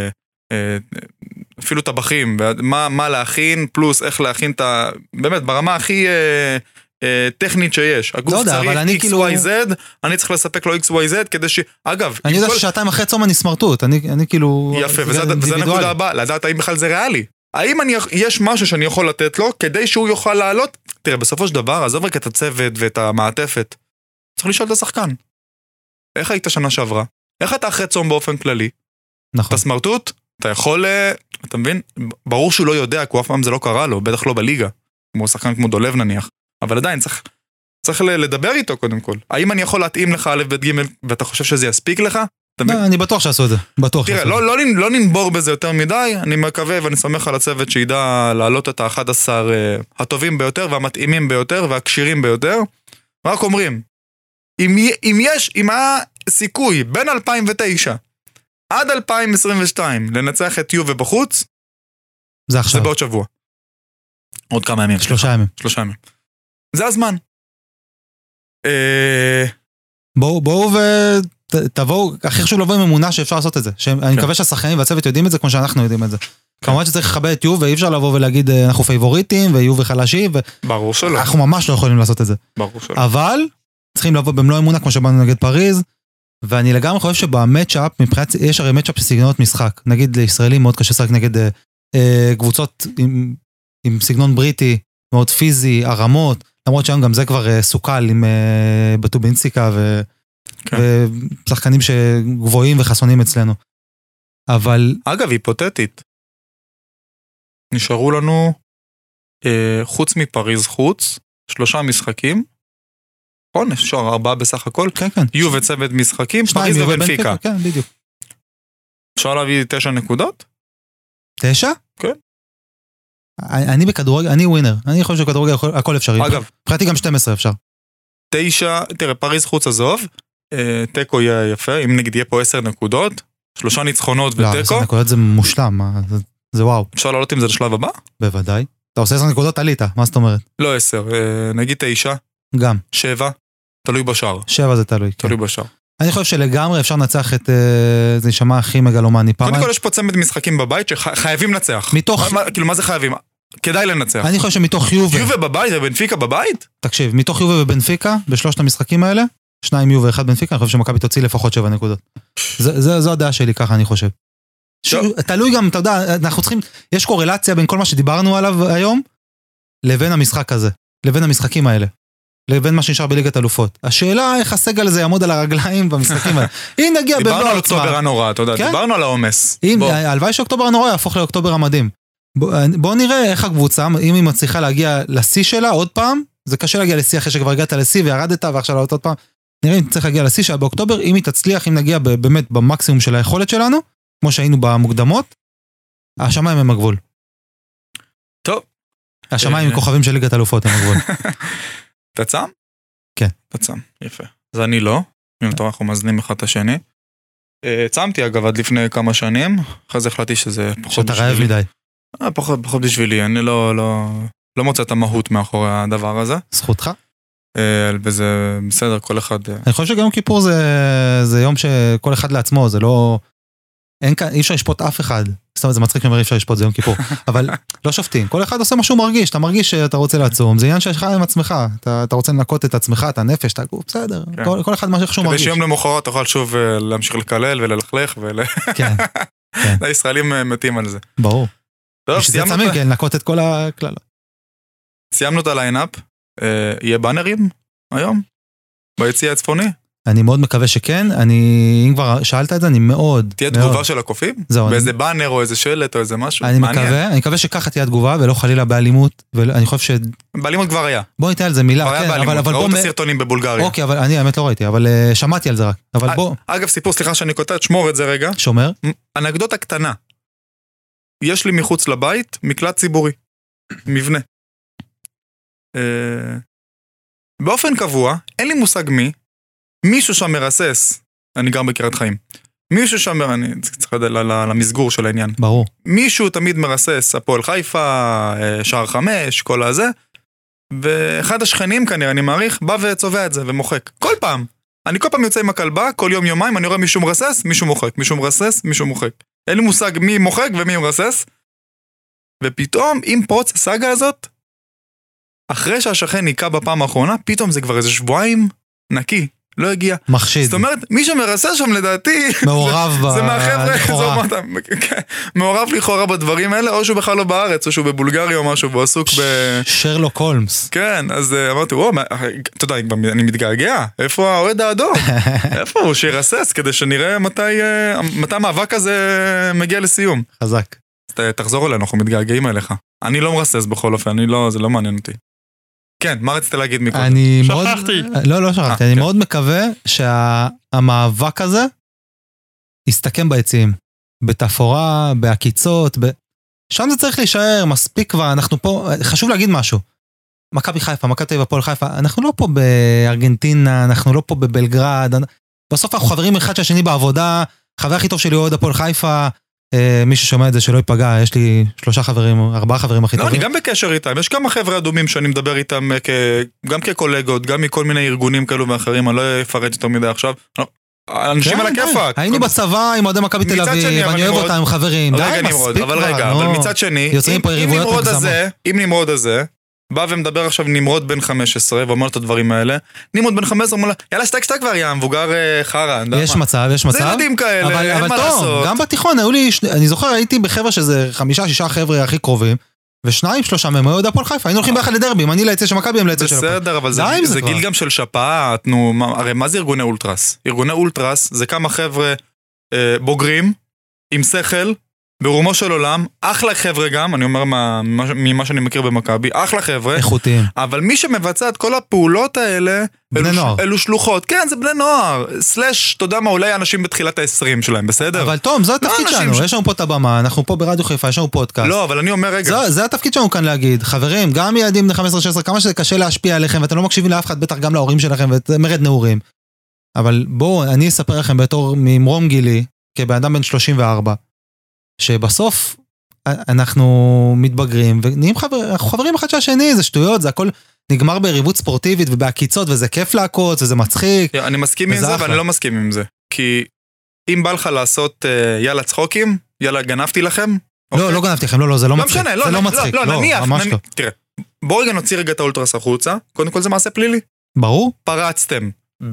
אפילו טבחים, מה להכין, פלוס איך להכין את ה... באמת, ברמה הכי טכנית שיש. הגוף צריך אקס וואי זד, אני צריך לספק לו אקס וואי זד, כדי ש... אגב... אני יודע ששעתיים אחרי צום אני סמרטוט, אני כאילו... יפה, וזה נקודה הבאה, לדעת האם בכלל זה ריאלי. האם יש משהו שאני יכול לתת לו, כדי שהוא יוכל לעלות? תראה, בסופו של דבר, עזוב רק את הצוות ואת המעטפת. צריך לשאול את השחקן. איך היית שנה שעברה? איך אתה אחרי צום באופן כללי? נכון. אתה סמרטוט? אתה יכול... אתה מבין? ברור שהוא לא יודע, כי אף פעם זה לא קרה לו, בטח לא בליגה. כמו שחקן כמו דולב נניח. אבל עדיין צריך, צריך לדבר איתו קודם כל. האם אני יכול להתאים לך א' ב' ג' ואתה חושב שזה יספיק לך? אני בטוח שעשו את זה. בטוח תראה, לא, לא, לא ננבור בזה יותר מדי, אני מקווה ואני סומך על הצוות שידע להעלות את ה-אחד עשר הטובים ביותר והמתאימים ביותר והקשירים ביותר. רק אומרים, אם, אם יש, אם היה סיכוי בין אלפיים ותשע עד אלפיים עשרים ושתיים לנצח את יובה בחוץ, זה עכשיו. זה בעוד שבוע. עוד כמה ימים. שלושה ימים. שלושה ימים. זה הזמן. אה... בואו, בואו ותבואו, הכי חשוב לבוא עם אמונה שאפשר לעשות את זה. אני מקווה שהשחקנים והצוות יודעים את זה כמו שאנחנו יודעים את זה. כמובן שצריך לכבד את יוב, ואי אפשר לבוא ולהגיד אנחנו פייבוריטים, ויוב וחלשים, ברור שלא. אנחנו ממש לא יכולים לעשות את זה. ברור שלא. אבל צריכים לבוא במלוא אמונה כמו שבאנו נגד פריז, ואני לגמרי חושב שבמצ'אפ, מבחינת, יש הרי מצ'אפ סגנונות משחק, נגיד לישראלים מאוד קשה לשחק נגד אה, קבוצות עם, עם סגנון בריטי, מאוד פיזי, הרמות, למרות שהיום גם זה כבר אה, סוקל עם אה, בטובינסיקה ו, כן. ושחקנים שגבוהים וחסונים אצלנו. אבל... אגב, היפותטית, נשארו לנו, אה, חוץ מפריז חוץ, שלושה משחקים, נכון, אפשר ארבעה בסך הכל, כן, כן. יהיו וצוות משחקים, פריז ובנפיקה. כן, בדיוק. אפשר להביא תשע נקודות? תשע? כן. אני בכדורגל, אני ווינר, אני חושב שבכדורגל הכל אפשרי. אגב. מבחינתי גם שתים עשרה אפשר. תשע, תראה, פריז חוץ עזוב, טקו יהיה יפה, אם נגיד יהיה פה עשר נקודות, שלושה ניצחונות וטקו. לא, עשר נקודות זה מושלם, זה וואו. אפשר לעלות עם זה לשלב הבא? בוודאי. אתה עושה עשר נקודות עלית, מה זאת אומרת? לא עשר, נגיד תשע. גם. שבע, תלוי בשער. שבע זה תלוי. תלוי בשער. אני חושב שלגמרי אפשר לנצח את, זה יישמע הכי מגלומני. קודם כל יש פה צמד משחקים בבית שחייבים לנצח. מתוך... כאילו מה זה חייבים? כדאי לנצח. אני חושב שמתוך יובה... יובה בבית ובנפיקה בבית? תקשיב, מתוך יובה ובנפיקה, בשלושת המשחקים האלה, שניים יובה ואחד בנפיקה, אני חושב שמכבי תוציא לפחות שבע נקודות. זו הדעה שלי, ככה אני חושב. תלוי גם, אתה יודע, אנחנו צריכים, יש קורלציה בין כל מה שדיברנו עליו היום, לבין המשחק הזה, לבין המשחקים האלה. לבין מה שנשאר בליגת אלופות. השאלה איך הסגל הזה יעמוד על הרגליים במשחקים האלה. אם נגיע במלוא דיברנו על אוקטובר הנורא, אתה יודע, דיברנו על העומס. הלוואי שאוקטובר הנורא יהפוך לאוקטובר המדהים. בואו נראה איך הקבוצה, אם היא מצליחה להגיע לשיא שלה עוד פעם, זה קשה להגיע לשיא אחרי שכבר הגעת לשיא וירדת ועכשיו לעלות עוד פעם, נראה אם צריך להגיע לשיא שלה באוקטובר, אם היא תצליח, אם נגיע באמת במקסימום של היכולת שלנו, כמו שהיינו במוקדמות, השמיים הם הגבול. טוב. השמיים הם כוכבים של ליגת אלופות הם הגבול. אתה צם? כן. אתה צם, יפה. זה אני לא, אם אתה אנחנו מזנים אחד את השני. צמתי אגב עד לפני כמה שנים, אחרי זה החלטתי שזה פחות בשבילי. שאתה רעב מדי. פחות, פחות בשבילי, אני לא, לא, לא מוצא את המהות מאחורי הדבר הזה. זכותך? וזה בסדר, כל אחד... אני חושב שגם כיפור זה, זה יום שכל אחד לעצמו, זה לא... אין כאן, אי אפשר לשפוט אף אחד. סתם, זה מצחיק שאומר אי אפשר לשפוט, זה יום כיפור. אבל לא שופטים. כל אחד עושה משהו מרגיש, אתה מרגיש שאתה רוצה לעצום. זה עניין שלך עם עצמך. אתה, אתה רוצה לנקות את עצמך, את הנפש, אתה גוף, בסדר. כן. כל, כל אחד משהו שהוא מרגיש. כדי שיום למחרת תוכל שוב להמשיך לקלל וללכלך ול... כן. כן. הישראלים מתים על זה. ברור. טוב, סיימנו... צמים, כן, לנקות את כל הכלל. סיימנו את הליינאפ. יהיה באנרים היום? ביציע הצפוני? אני מאוד מקווה שכן, אני, אם כבר שאלת את זה, אני מאוד... תהיה תגובה של הקופים? זהו. באיזה באנר או איזה שלט או איזה משהו? אני מקווה, אני מקווה שככה תהיה תגובה, ולא חלילה באלימות, ואני חושב ש... באלימות כבר היה. בוא ניתן על זה מילה, כבר היה באלימות, ראו את הסרטונים בבולגריה. אוקיי, אבל אני האמת לא ראיתי, אבל שמעתי על זה רק. אבל בוא... אגב, סיפור, סליחה שאני קוטע, שמור את זה רגע. שומר? אנקדוטה קטנה. יש לי מחוץ לבית מקלט ציבורי. מבנה. באופן קבוע, אין לי מושג מי, מישהו שם מרסס, אני גר בקריית חיים, מישהו שם, אני צריך לדעת למסגור של העניין. ברור. מישהו תמיד מרסס, הפועל חיפה, שער חמש, כל הזה, ואחד השכנים כנראה, אני מעריך, בא וצובע את זה ומוחק. כל פעם. אני כל פעם יוצא עם הכלבה, כל יום יומיים, אני רואה מישהו מרסס, מישהו מוחק, מישהו מרסס, מישהו מוחק. אין לי מושג מי מוחק ומי מרסס, ופתאום, עם פרוץ הסאגה הזאת, אחרי שהשכן ניקה בפעם האחרונה, פתאום זה כבר איזה שבועיים נקי, לא הגיע. מחשיד. זאת אומרת, מי שמרסס שם לדעתי, מעורב זה מהחבר'ה, מעורב לכאורה בדברים האלה, או שהוא בכלל לא בארץ, או שהוא בבולגריה או משהו, והוא עסוק ב... שרלוק הולמס. כן, אז אמרתי, וואו, אתה יודע, אני מתגעגע, איפה האוהד האדום? איפה הוא שירסס, כדי שנראה מתי המאבק הזה מגיע לסיום. חזק. תחזור אלינו, אנחנו מתגעגעים אליך. אני לא מרסס בכל אופן, זה לא מעניין אותי. כן, מה רצית להגיד מקודם? שכחתי. לא, לא שכחתי. אני מאוד מקווה שהמאבק הזה יסתכם ביציעים. בתפאורה, בהקיצות, שם זה צריך להישאר, מספיק כבר, אנחנו פה, חשוב להגיד משהו. מכבי חיפה, מכבי תל אביב, הפועל חיפה, אנחנו לא פה בארגנטינה, אנחנו לא פה בבלגרד, בסוף אנחנו חברים אחד שהשני בעבודה, חבר הכי טוב שלי הוא עוד הפועל חיפה, מי ששומע את זה שלא ייפגע, יש לי שלושה חברים, ארבעה חברים הכי לא, טובים. אני גם בקשר איתם, יש כמה חבר'ה אדומים שאני מדבר איתם גם כקולגות, גם מכל מיני ארגונים כאלו ואחרים, אני לא אפרט יותר מדי עכשיו. אנשים על הכיפק. היינו בצבא עם אוהדי מכבי תל אביב, אני אוהב אותם עם חברים. רגע נמרוד, אבל רגע, אבל מצד שני, אם נמרוד הזה, בא ומדבר עכשיו נמרוד בן חמש עשרה, ואומר את הדברים האלה, נמרוד בן חמש עשרה, אומר לה, יאללה, שתק שתק כבר, יא מבוגר חרה. יש מצב, יש מצב. זה ילדים כאלה, אין מה לעשות. גם בתיכון, היו לי, אני זוכר, הייתי בחבר'ה שזה חמישה, שישה חבר'ה הכי קרובים, ושניים, שלושה מהם, היו עוד הפועל חיפה, היינו הולכים ביחד לדרבים, אני ליצא של מכבי, הם ליצא של הפועל. בסדר, אבל זה גיל גם של שפעת, הרי מה זה ארגוני אולטרס? ארגוני אולטרס זה כמה חבר'ה בוגרים, עם שכל, ברומו של עולם, אחלה חבר'ה גם, אני אומר ממה שאני מכיר במכבי, אחלה חבר'ה. איכותיים. אבל מי שמבצע את כל הפעולות האלה, בני נוער. אלו שלוחות. כן, זה בני נוער. סלש, אתה יודע מה, אולי אנשים בתחילת ה-עשרים שלהם, בסדר? אבל תום, זה התפקיד שלנו, יש לנו פה את הבמה, אנחנו פה ברדיו חיפה, יש לנו פודקאסט. לא, אבל אני אומר רגע. זה התפקיד שלנו כאן להגיד, חברים, גם ילדים בני חמש עשרה שש עשרה, כמה שזה קשה להשפיע עליכם, ואתם לא מקשיבים לאף אחד, בטח גם להורים שלכם, ואת מרד נעורים. אבל בואו, אני אספר לכם בתור ממרום גילי, כבן בן שלושים וארבע, שבסוף אנחנו מתבגרים, ונהיים חבר, חברים אחד של השני, זה שטויות, זה הכל נגמר ביריבות ספורטיבית ובעקיצות, וזה כיף לעקוץ, וזה מצחיק. אני מסכים עם זה, ואני לא מסכים עם זה. כי אם בא לך לעשות יאללה צחוקים, יאללה גנבתי לכם. לא, לא גנבתי לכם, לא, לא, זה לא מצחיק. זה לא מצחיק, לא, נניח, תראה, בוא רגע נוציא רגע את האולטרס החוצה, קודם כל זה מעשה פלילי. ברור. פרצתם,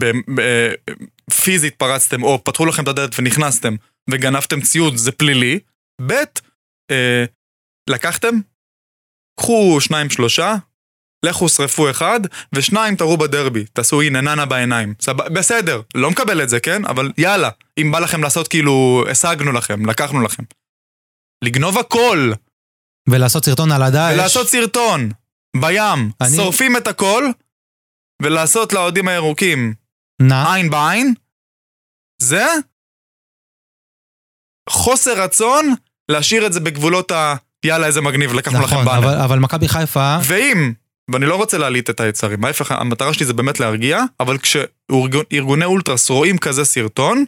פיזית פרצתם, או פתחו לכם את הדלת ונכנסתם, וגנבתם ציוד, זה פלילי. בית, אה, לקחתם, קחו שניים שלושה, לכו שרפו אחד, ושניים תראו בדרבי, תעשו הנה ננה בעיניים. סבא, בסדר, לא מקבל את זה, כן? אבל יאללה, אם בא לכם לעשות כאילו, השגנו לכם, לקחנו לכם. לגנוב הכל. ולעשות סרטון על הדייש. ולעשות סרטון, בים, אני... שורפים את הכל, ולעשות לאוהדים הירוקים, נע. עין בעין, זה... חוסר רצון להשאיר את זה בגבולות ה... יאללה איזה מגניב, לקחנו נכון, לכם באנר. אבל, אבל מכבי חיפה... ואם, ואני לא רוצה להעליט את היצרים, ההפך, המטרה שלי זה באמת להרגיע, אבל כשארגוני אולטרס רואים כזה סרטון,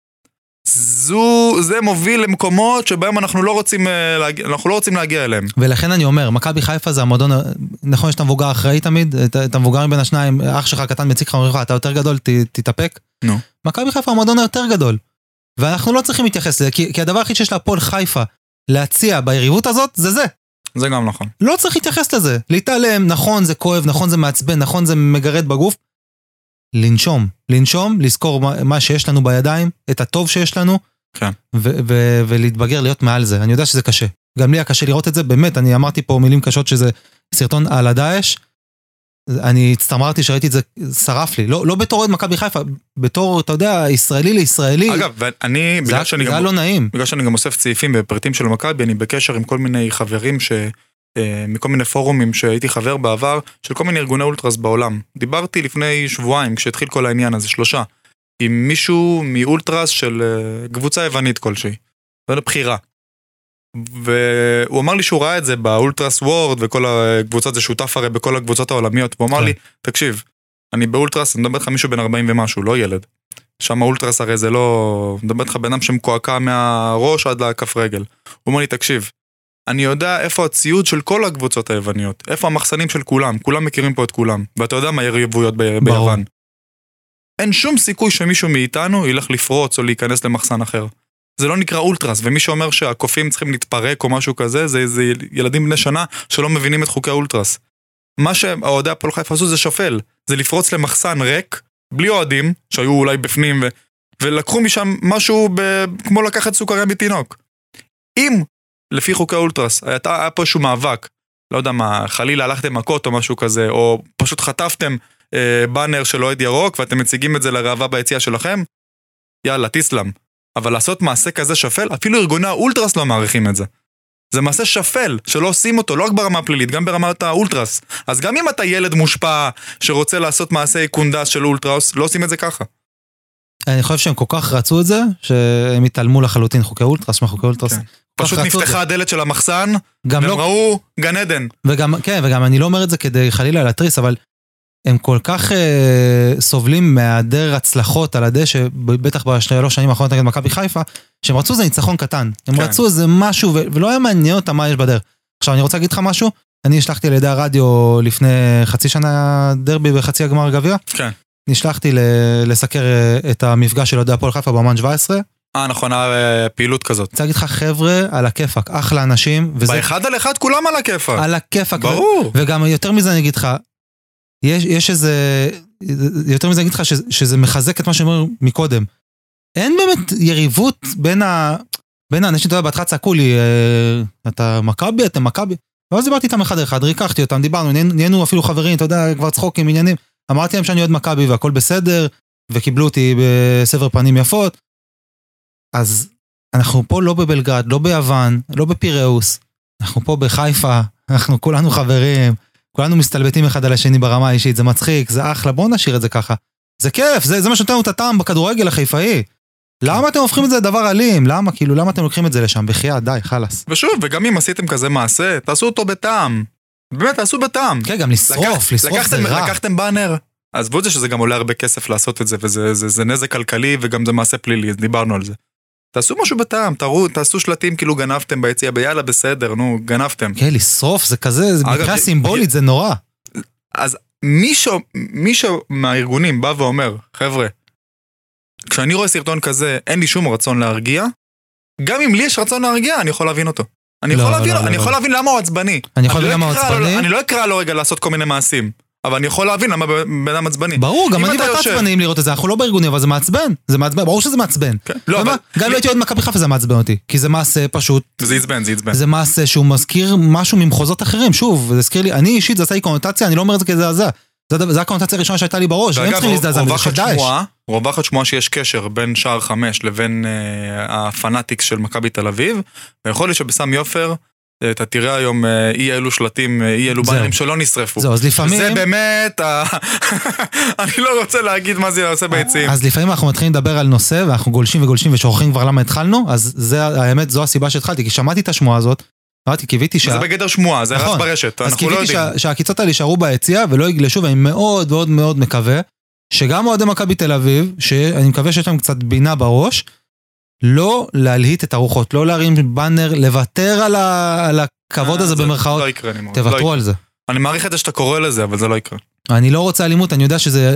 זו, זה מוביל למקומות שבהם אנחנו לא רוצים, אנחנו לא רוצים להגיע אליהם. ולכן אני אומר, מכבי חיפה זה המועדון, נכון, יש את המבוגר אחראי תמיד, את המבוגר מבין השניים, אח שלך קטן מציק חמורך, אתה יותר גדול, ת, תתאפק. נו. מכבי חיפה המועדון היותר גדול. ואנחנו לא צריכים להתייחס לזה, כי, כי הדבר הכי שיש להפועל חיפה להציע ביריבות הזאת, זה זה. זה גם נכון. לא צריך להתייחס לזה. להתעלם, נכון זה כואב, נכון זה מעצבן, נכון זה מגרד בגוף. לנשום, לנשום, לזכור מה, מה שיש לנו בידיים, את הטוב שיש לנו, כן. ו- ו- ולהתבגר להיות מעל זה. אני יודע שזה קשה. גם לי היה קשה לראות את זה, באמת, אני אמרתי פה מילים קשות שזה סרטון על הדייש, אני הצטמרתי שראיתי את זה, שרף לי, לא, לא בתור עוד מכבי חיפה, בתור, אתה יודע, ישראלי לישראלי. אגב, ואני, זה, שאני זה גם, לא נעים. בגלל שאני גם אוסף צעיפים בפרטים של מכבי, אני בקשר עם כל מיני חברים ש... מכל מיני פורומים שהייתי חבר בעבר, של כל מיני ארגוני אולטרס בעולם. דיברתי לפני שבועיים, כשהתחיל כל העניין הזה, שלושה, עם מישהו מאולטרס של קבוצה יוונית כלשהי. זה לבחירה. והוא אמר לי שהוא ראה את זה באולטרס וורד, וכל הקבוצות זה שותף הרי בכל הקבוצות העולמיות, והוא אמר לי, תקשיב, אני באולטרס, אני מדבר לך מישהו בן ארבעים ומשהו, לא ילד. שם האולטרס הרי זה לא, אני מדבר לך בן אדם שמקועקע מהראש עד לכף רגל. הוא אומר לי, תקשיב, אני יודע איפה הציוד של כל הקבוצות היווניות, איפה המחסנים של כולם, כולם מכירים פה את כולם, ואתה יודע מה יריבויות ב- ביוון. אין שום סיכוי שמישהו מאיתנו ילך לפרוץ או להיכנס למחסן אחר. זה לא נקרא אולטרס, ומי שאומר שהקופים צריכים להתפרק או משהו כזה, זה, זה ילדים בני שנה שלא מבינים את חוקי האולטרס. מה שהאוהדי הפועל חיפה עשו זה שפל, זה לפרוץ למחסן ריק, בלי אוהדים, שהיו אולי בפנים, ו- ולקחו משם משהו ב- כמו לקחת סוכריה מתינוק. אם לפי חוקי האולטרס, היה, היה פה איזשהו מאבק, לא יודע מה, חלילה הלכתם מכות או משהו כזה, או פשוט חטפתם אה, בנר של אוהד ירוק, ואתם מציגים את זה לראווה ביציאה שלכם, יאללה, תסלם. אבל לעשות מעשה כזה שפל, אפילו ארגוני האולטרס לא מעריכים את זה. זה מעשה שפל, שלא עושים אותו, לא רק ברמה הפלילית, גם ברמת האולטרס. אז גם אם אתה ילד מושפע, שרוצה לעשות מעשה קונדס של אולטרס, לא עושים את זה ככה. אני חושב שהם כל כך רצו את זה, שהם התעלמו לחלוטין חוקי אולטרס, מחוקי אולטרס. כן. פשוט נפתחה הדלת של המחסן, והם לא... ראו גן עדן. וגם, כן, וגם אני לא אומר את זה כדי חלילה להטריס, אבל הם כל כך אה, סובלים מהיעדר הצלחות על הדשא, בטח בשלוש שנים האחרונות נגד מכבי חיפה, שהם רצו זה ניצחון קטן, הם כן. רצו איזה משהו, ו- ולא היה מעניין אותם מה יש בדרך. עכשיו אני רוצה להגיד לך משהו, אני השלחתי על ידי הרדיו לפני חצי שנה דרבי בחצי הגמר גביע, כן. נשלחתי ל- לסקר את המפגש של אוהדי הפועל חיפה באמן שבע עשרה, אה, נכון, היה פעילות כזאת. רוצה להגיד לך חבר'ה על הכיפק, אחלה אנשים, וזה באחד על אחד כולם על הכיפה. על הכיפק, ברור. וגם יותר מזה אני אגיד לך, יש, יש איזה, יותר מזה אני אגיד לך שזה, שזה מחזק את מה שאומר מקודם. אין באמת יריבות בין, ה, בין האנשים, אתה יודע, בהתחלה צעקו לי, אתה מכבי, אתם מכבי, ואז דיברתי איתם אחד אחד, ריקחתי אותם, דיברנו, נהיינו אפילו חברים, אתה יודע, כבר צחוקים, עניינים, אמרתי להם שאני עוד מכבי והכל בסדר, וקיבלו אותי בסבר פנים יפות, אז אנחנו פה לא בבלגרד, לא ביוון, לא בפיראוס, אנחנו פה בחיפה, אנחנו כולנו חברים, כולנו מסתלבטים אחד על השני ברמה האישית, זה מצחיק, זה אחלה, בואו נשאיר את זה ככה. זה כיף, זה, זה מה שנותן לנו את הטעם בכדורגל החיפאי. למה אתם הופכים את זה לדבר אלים? למה? כאילו, למה אתם לוקחים את זה לשם? בחייה, די, חלס. ושוב, וגם אם עשיתם כזה מעשה, תעשו אותו בטעם. באמת, תעשו בטעם. כן, גם לשרוף, לקח, לשרוף לקחתם, זה רע. לקחתם באנר. עזבו את זה שזה גם עולה הרבה כסף לעשות את זה, וזה זה, זה נזק כלכלי וגם זה מעשה פלילי, אז דיברנו על זה. תעשו משהו בטעם, תראו, תעשו שלטים כאילו גנבתם ביציאה, ביאללה בסדר, נו, גנבתם. כן, לשרוף זה כזה, זה אגב, מקרה י- סימבולית, זה נורא. אז מישהו, מישהו מהארגונים בא ואומר, חבר'ה, כשאני רואה סרטון כזה, אין לי שום רצון להרגיע, גם אם לי יש רצון להרגיע, אני יכול להבין אותו. אני לא, יכול לא, להבין, לא, אני לא. יכול להבין למה הוא עצבני. אני יכול להבין לא למה הוא אקרא לו- עצבני. אני לא אקרא לו רגע לעשות כל מיני מעשים, אבל אני יכול להבין למה בן אדם עצבני. ברור, גם אם אני אתה ואתה יושב- עצבנים לראות את זה, אנחנו לא בארגונים, אבל זה מעצבן. זה מעצבן, ברור שזה מעצבן. כן. לא, ומה? אבל גם לא הייתי עוד מכבי חיפה זה מעצבן אותי, כי זה מעשה פשוט, זה יצבן, זה יצבן. זה מעשה שהוא מזכיר משהו ממחוזות אחרים, שוב, זה הזכיר לי, אני אישית זה עשה לי קונוטציה, אני לא אומר את זה כזעזע. זה זה הקונוטציה הראשונה שהייתה לי בראש, הם ואגב, צריכים להזדעזע מזה, רווחת שדאעש. שמועה, רווחת שמועה שיש קשר בין שער חמש לבין אה, הפנאטיקס של מכבי תל אביב, ויכול להיות שבסמי עופר, אה, אתה תראה היום אה, אי אלו שלטים, אה, אי אלו זהו. בנים שלא נשרפו. זהו, אז לפעמים, זה באמת, ה- אני לא רוצה להגיד מה זה יעשה ביציעים. אז לפעמים אנחנו מתחילים לדבר על נושא, ואנחנו גולשים וגולשים ושוכחים כבר למה התחלנו, אז זה, האמת, זו הסיבה שהתחלתי, כי שמעתי את השמועה הזאת, אמרתי, קיוויתי שה... זה בגדר שמועה, זה רץ נכון. ברשת, אז אנחנו לא קיוויתי יודעים. שה- שהקיצות האלה יישארו ביציאה ולא יגלשו, ואני מאוד מאוד מאוד מקווה שגם אוהדי מכבי תל אביב, שאני מקווה שיש להם קצת בינה בראש, לא להלהיט את הרוחות, לא להרים בנר, לוותר על, ה... על הכבוד אה, הזה זה במרכאות, לא יקרה, אני מאוד. לא תוותרו יקרה. על זה. אני מעריך את זה שאתה קורא לזה, אבל זה לא יקרה. אני לא רוצה אלימות, אני יודע שזה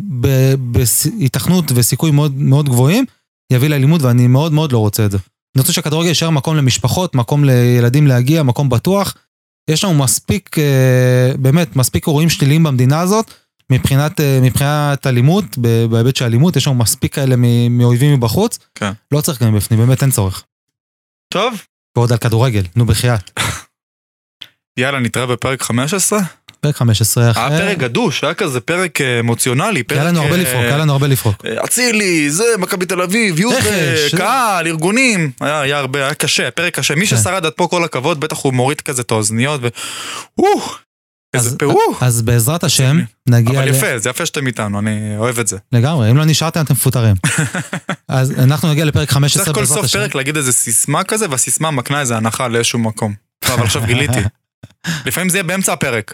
בהתכנות וסיכוי מאוד, מאוד גבוהים, יביא לאלימות ואני מאוד מאוד לא רוצה את זה. אני רוצה שהכדורגל יישאר מקום למשפחות, מקום לילדים להגיע, מקום בטוח. יש לנו מספיק, באמת, מספיק אירועים שליליים במדינה הזאת, מבחינת, מבחינת אלימות, בהיבט של אלימות, יש לנו מספיק כאלה מאויבים מבחוץ. כן. לא צריך גם בפנים, באמת אין צורך. טוב, ועוד על כדורגל, נו בחייאת. יאללה, נתראה בפרק חמש עשרה. פרק חמש עשרה אחרי. היה פרק גדוש, היה כזה פרק אמוציונלי. היה לנו הרבה לפרוק, היה לנו הרבה לפרוק. אצילי, זה, מכבי תל אביב, יובה, רכש, קהל, ארגונים. היה, היה הרבה, היה קשה, פרק קשה. מי ששרד עד פה כל הכבוד, בטח הוא מוריד כזה את האוזניות, ו... איזה פירו. אז בעזרת השם, נגיע... אבל יפה, זה יפה שאתם איתנו, אני אוהב את זה. לגמרי, אם לא נשארתם, אתם מפוטרים. אז אנחנו נגיע לפרק חמש עשרה צריך כל בעזרת סוף השם. פרק להגיד איזה סיסמה כזה, והסיסמה מקנה איזה הנחה לאיזשהו מקום. אבל עכשיו גיליתי. לפעמים זה יהיה באמצע הפרק.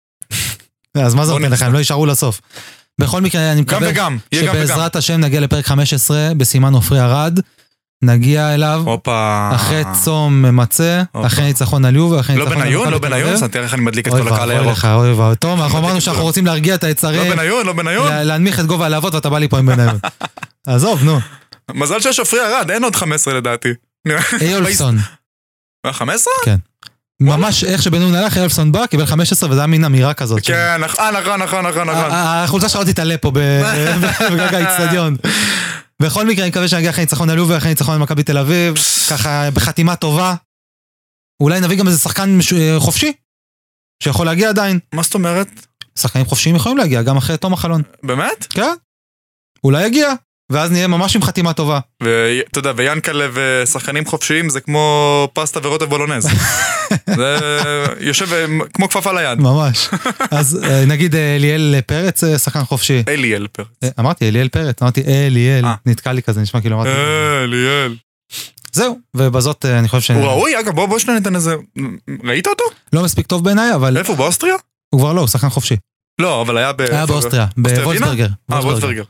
אז מה זה בוא נותן לך, נמצא. הם לא יישארו לסוף. בכל מקרה, אני גם מקווה וגם, יהיה גם וגם. שבעזרת השם נגיע לפרק חמש עשרה בסימן עופרי ארד, נגיע אליו הופה. אחרי צום ממצה, הופה. אחרי ניצחון על יובה, אחרי לא ניצחון על בניון, לא מכבי תל בניון, אביב. אז תראה איך אני מדליק את אוי כל הקהל ואבוי הירוק. לך, אוי ואבוי. טוב, אנחנו אמרנו מדליק שאנחנו אותו. רוצים להרגיע את לא היצרים, בניון, לא בניון. לה- להנמיך את גובה הלהבות, ואתה בא לי פה עם בניון. עזוב, נו. מזל שיש עופרי ארד, אין עוד חמש עשרה לדעתי. איולפסון. חמש עשרה? ממש איך שבניון הלך, איולפסון בא, קיבל חמש עשרה, וזה היה מין אמירה כזאת. כן, נכון, נכון, נכון, נכון. החולצה שלא תתעלה פה בגג האצטדיון. בכל מקרה, אני מקווה שנגיע אחרי ניצחון על יובה, אחרי ניצחון על מכבי תל אביב, ככה בחתימה טובה. אולי נביא גם איזה שחקן מש- חופשי, שיכול להגיע עדיין. מה זאת אומרת? שחקנים חופשיים יכולים להגיע, גם אחרי תום החלון. באמת? כן? אולי יגיע, ואז נהיה ממש עם חתימה טובה. ואתה יודע, ויאנקלה ושחקנים חופשיים זה כמו פסטה ורוטב בולונז. זה יושב כמו כפפה ליד. ממש. אז אה, נגיד אה, אליאל פרץ, אה, שחקן חופשי. אליאל פרץ. אה, אמרתי אליאל פרץ, אמרתי אליאל, אה. נתקע לי כזה, נשמע כאילו אמרתי. אליאל. זהו, ובזאת אה, אני חושב ש... הוא ראוי, אגב, בוא בוא שניה ניתן איזה... ראית אותו? לא מספיק טוב בעיניי, אבל איפה, הוא באוסטריה? הוא כבר לא, הוא שחקן חופשי. לא, אבל היה ב... היה באוסטריה, אוסטריה בוולסברגר. אה, וולסברגר.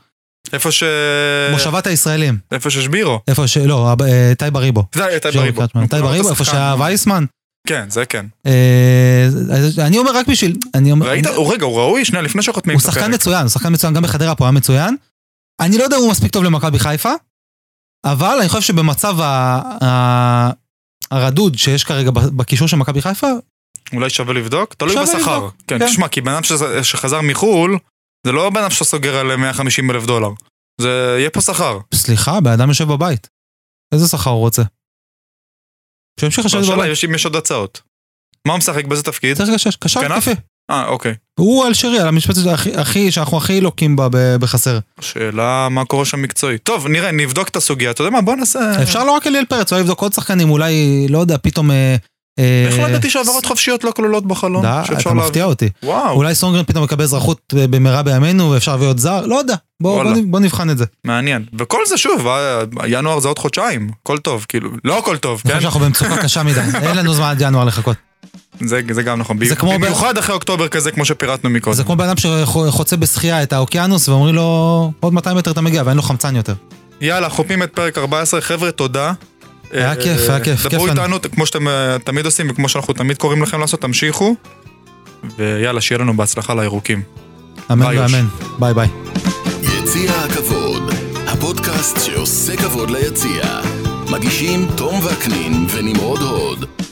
איפה ש... מושבת הישראלים. איפה ששבירו. איפה ש... לא, אה, טי בריבו. זה טי בריבו. טי בריבו, איפה שהיה וייסמן. כן, זה כן. אה, אני אומר רק בשביל... אני אומר... ראית? הוא רגע, הוא ראוי שנייה לפני שחותמים. הוא שחקן מצוין, הוא שחקן מצוין, גם בחדרה פה היה מצוין. אני לא יודע אם הוא מספיק טוב למכבי חיפה, אבל אני חושב שבמצב ה... ה... הרדוד שיש כרגע בקישור של מכבי חיפה, אולי שווה לבדוק? תלוי בשכר. כן, כן. תשמע, כי בן אדם שחזר מחול, זה לא בן אדם שסוגר על מאה וחמישים אלף דולר. זה יהיה פה שכר. סליחה, בן אדם יושב בבית. איזה שכר הוא רוצה? שימשיך לשבת בבית. השאלה, יש עוד הצעות. מה הוא משחק? באיזה תפקיד? צריך קשר, קשר כיפה. אה, אוקיי. הוא על שרי, על המשפט הכי, שאנחנו הכי לוקים בה בחסר. שאלה, מה קורה שם מקצועי? טוב, נראה, נבדוק את הסוגיה. אתה יודע מה, בוא נעשה... אפשר לא רק אליאל פרץ, אולי לבדוק עוד שחקנים, אולי, לא יודע, פתאום... איך לא ידעתי שעברות חופשיות לא כלולות בחלון? דה, אתה מפתיע אותי. וואו. אולי סונגרן פתאום מקבל אזרחות במהרה בימינו, ואפשר להביא עוד זר, לא יודע. בוא נבחן את זה. מעניין. וכל זה שוב, ינואר זה עוד חודשיים. כל טוב, כאילו, לא כל טוב, כן? אני חושב שאנחנו במצוקה קשה מדי. אין לנו זמן עד ינואר לחכות. זה, זה גם נכון. במיוחד אחרי אוקטובר כזה, כמו שפירטנו מקודם. זה כמו בן אדם שחוצה בשחייה את האוקיינוס, ואומרים לו, עוד מאתיים מטר אתה מגיע, ואין לו חמצן יותר. יאללה, חופים את פרק ארבע עשרה, חבר'ה, תודה. היה כיף, היה כיף. דברו איתנו, כמו שאתם תמיד עושים, וכמו שאנחנו תמיד קוראים לכם לעשות, תמשיכו. ויאללה, שיהיה לנו בהצלחה לירוקים. אמן ואמן. ביי ביי. יציע הכבוד, הפודקאסט שעושה כבוד ליציע. מגישים תום וקנין ונמרוד הוד.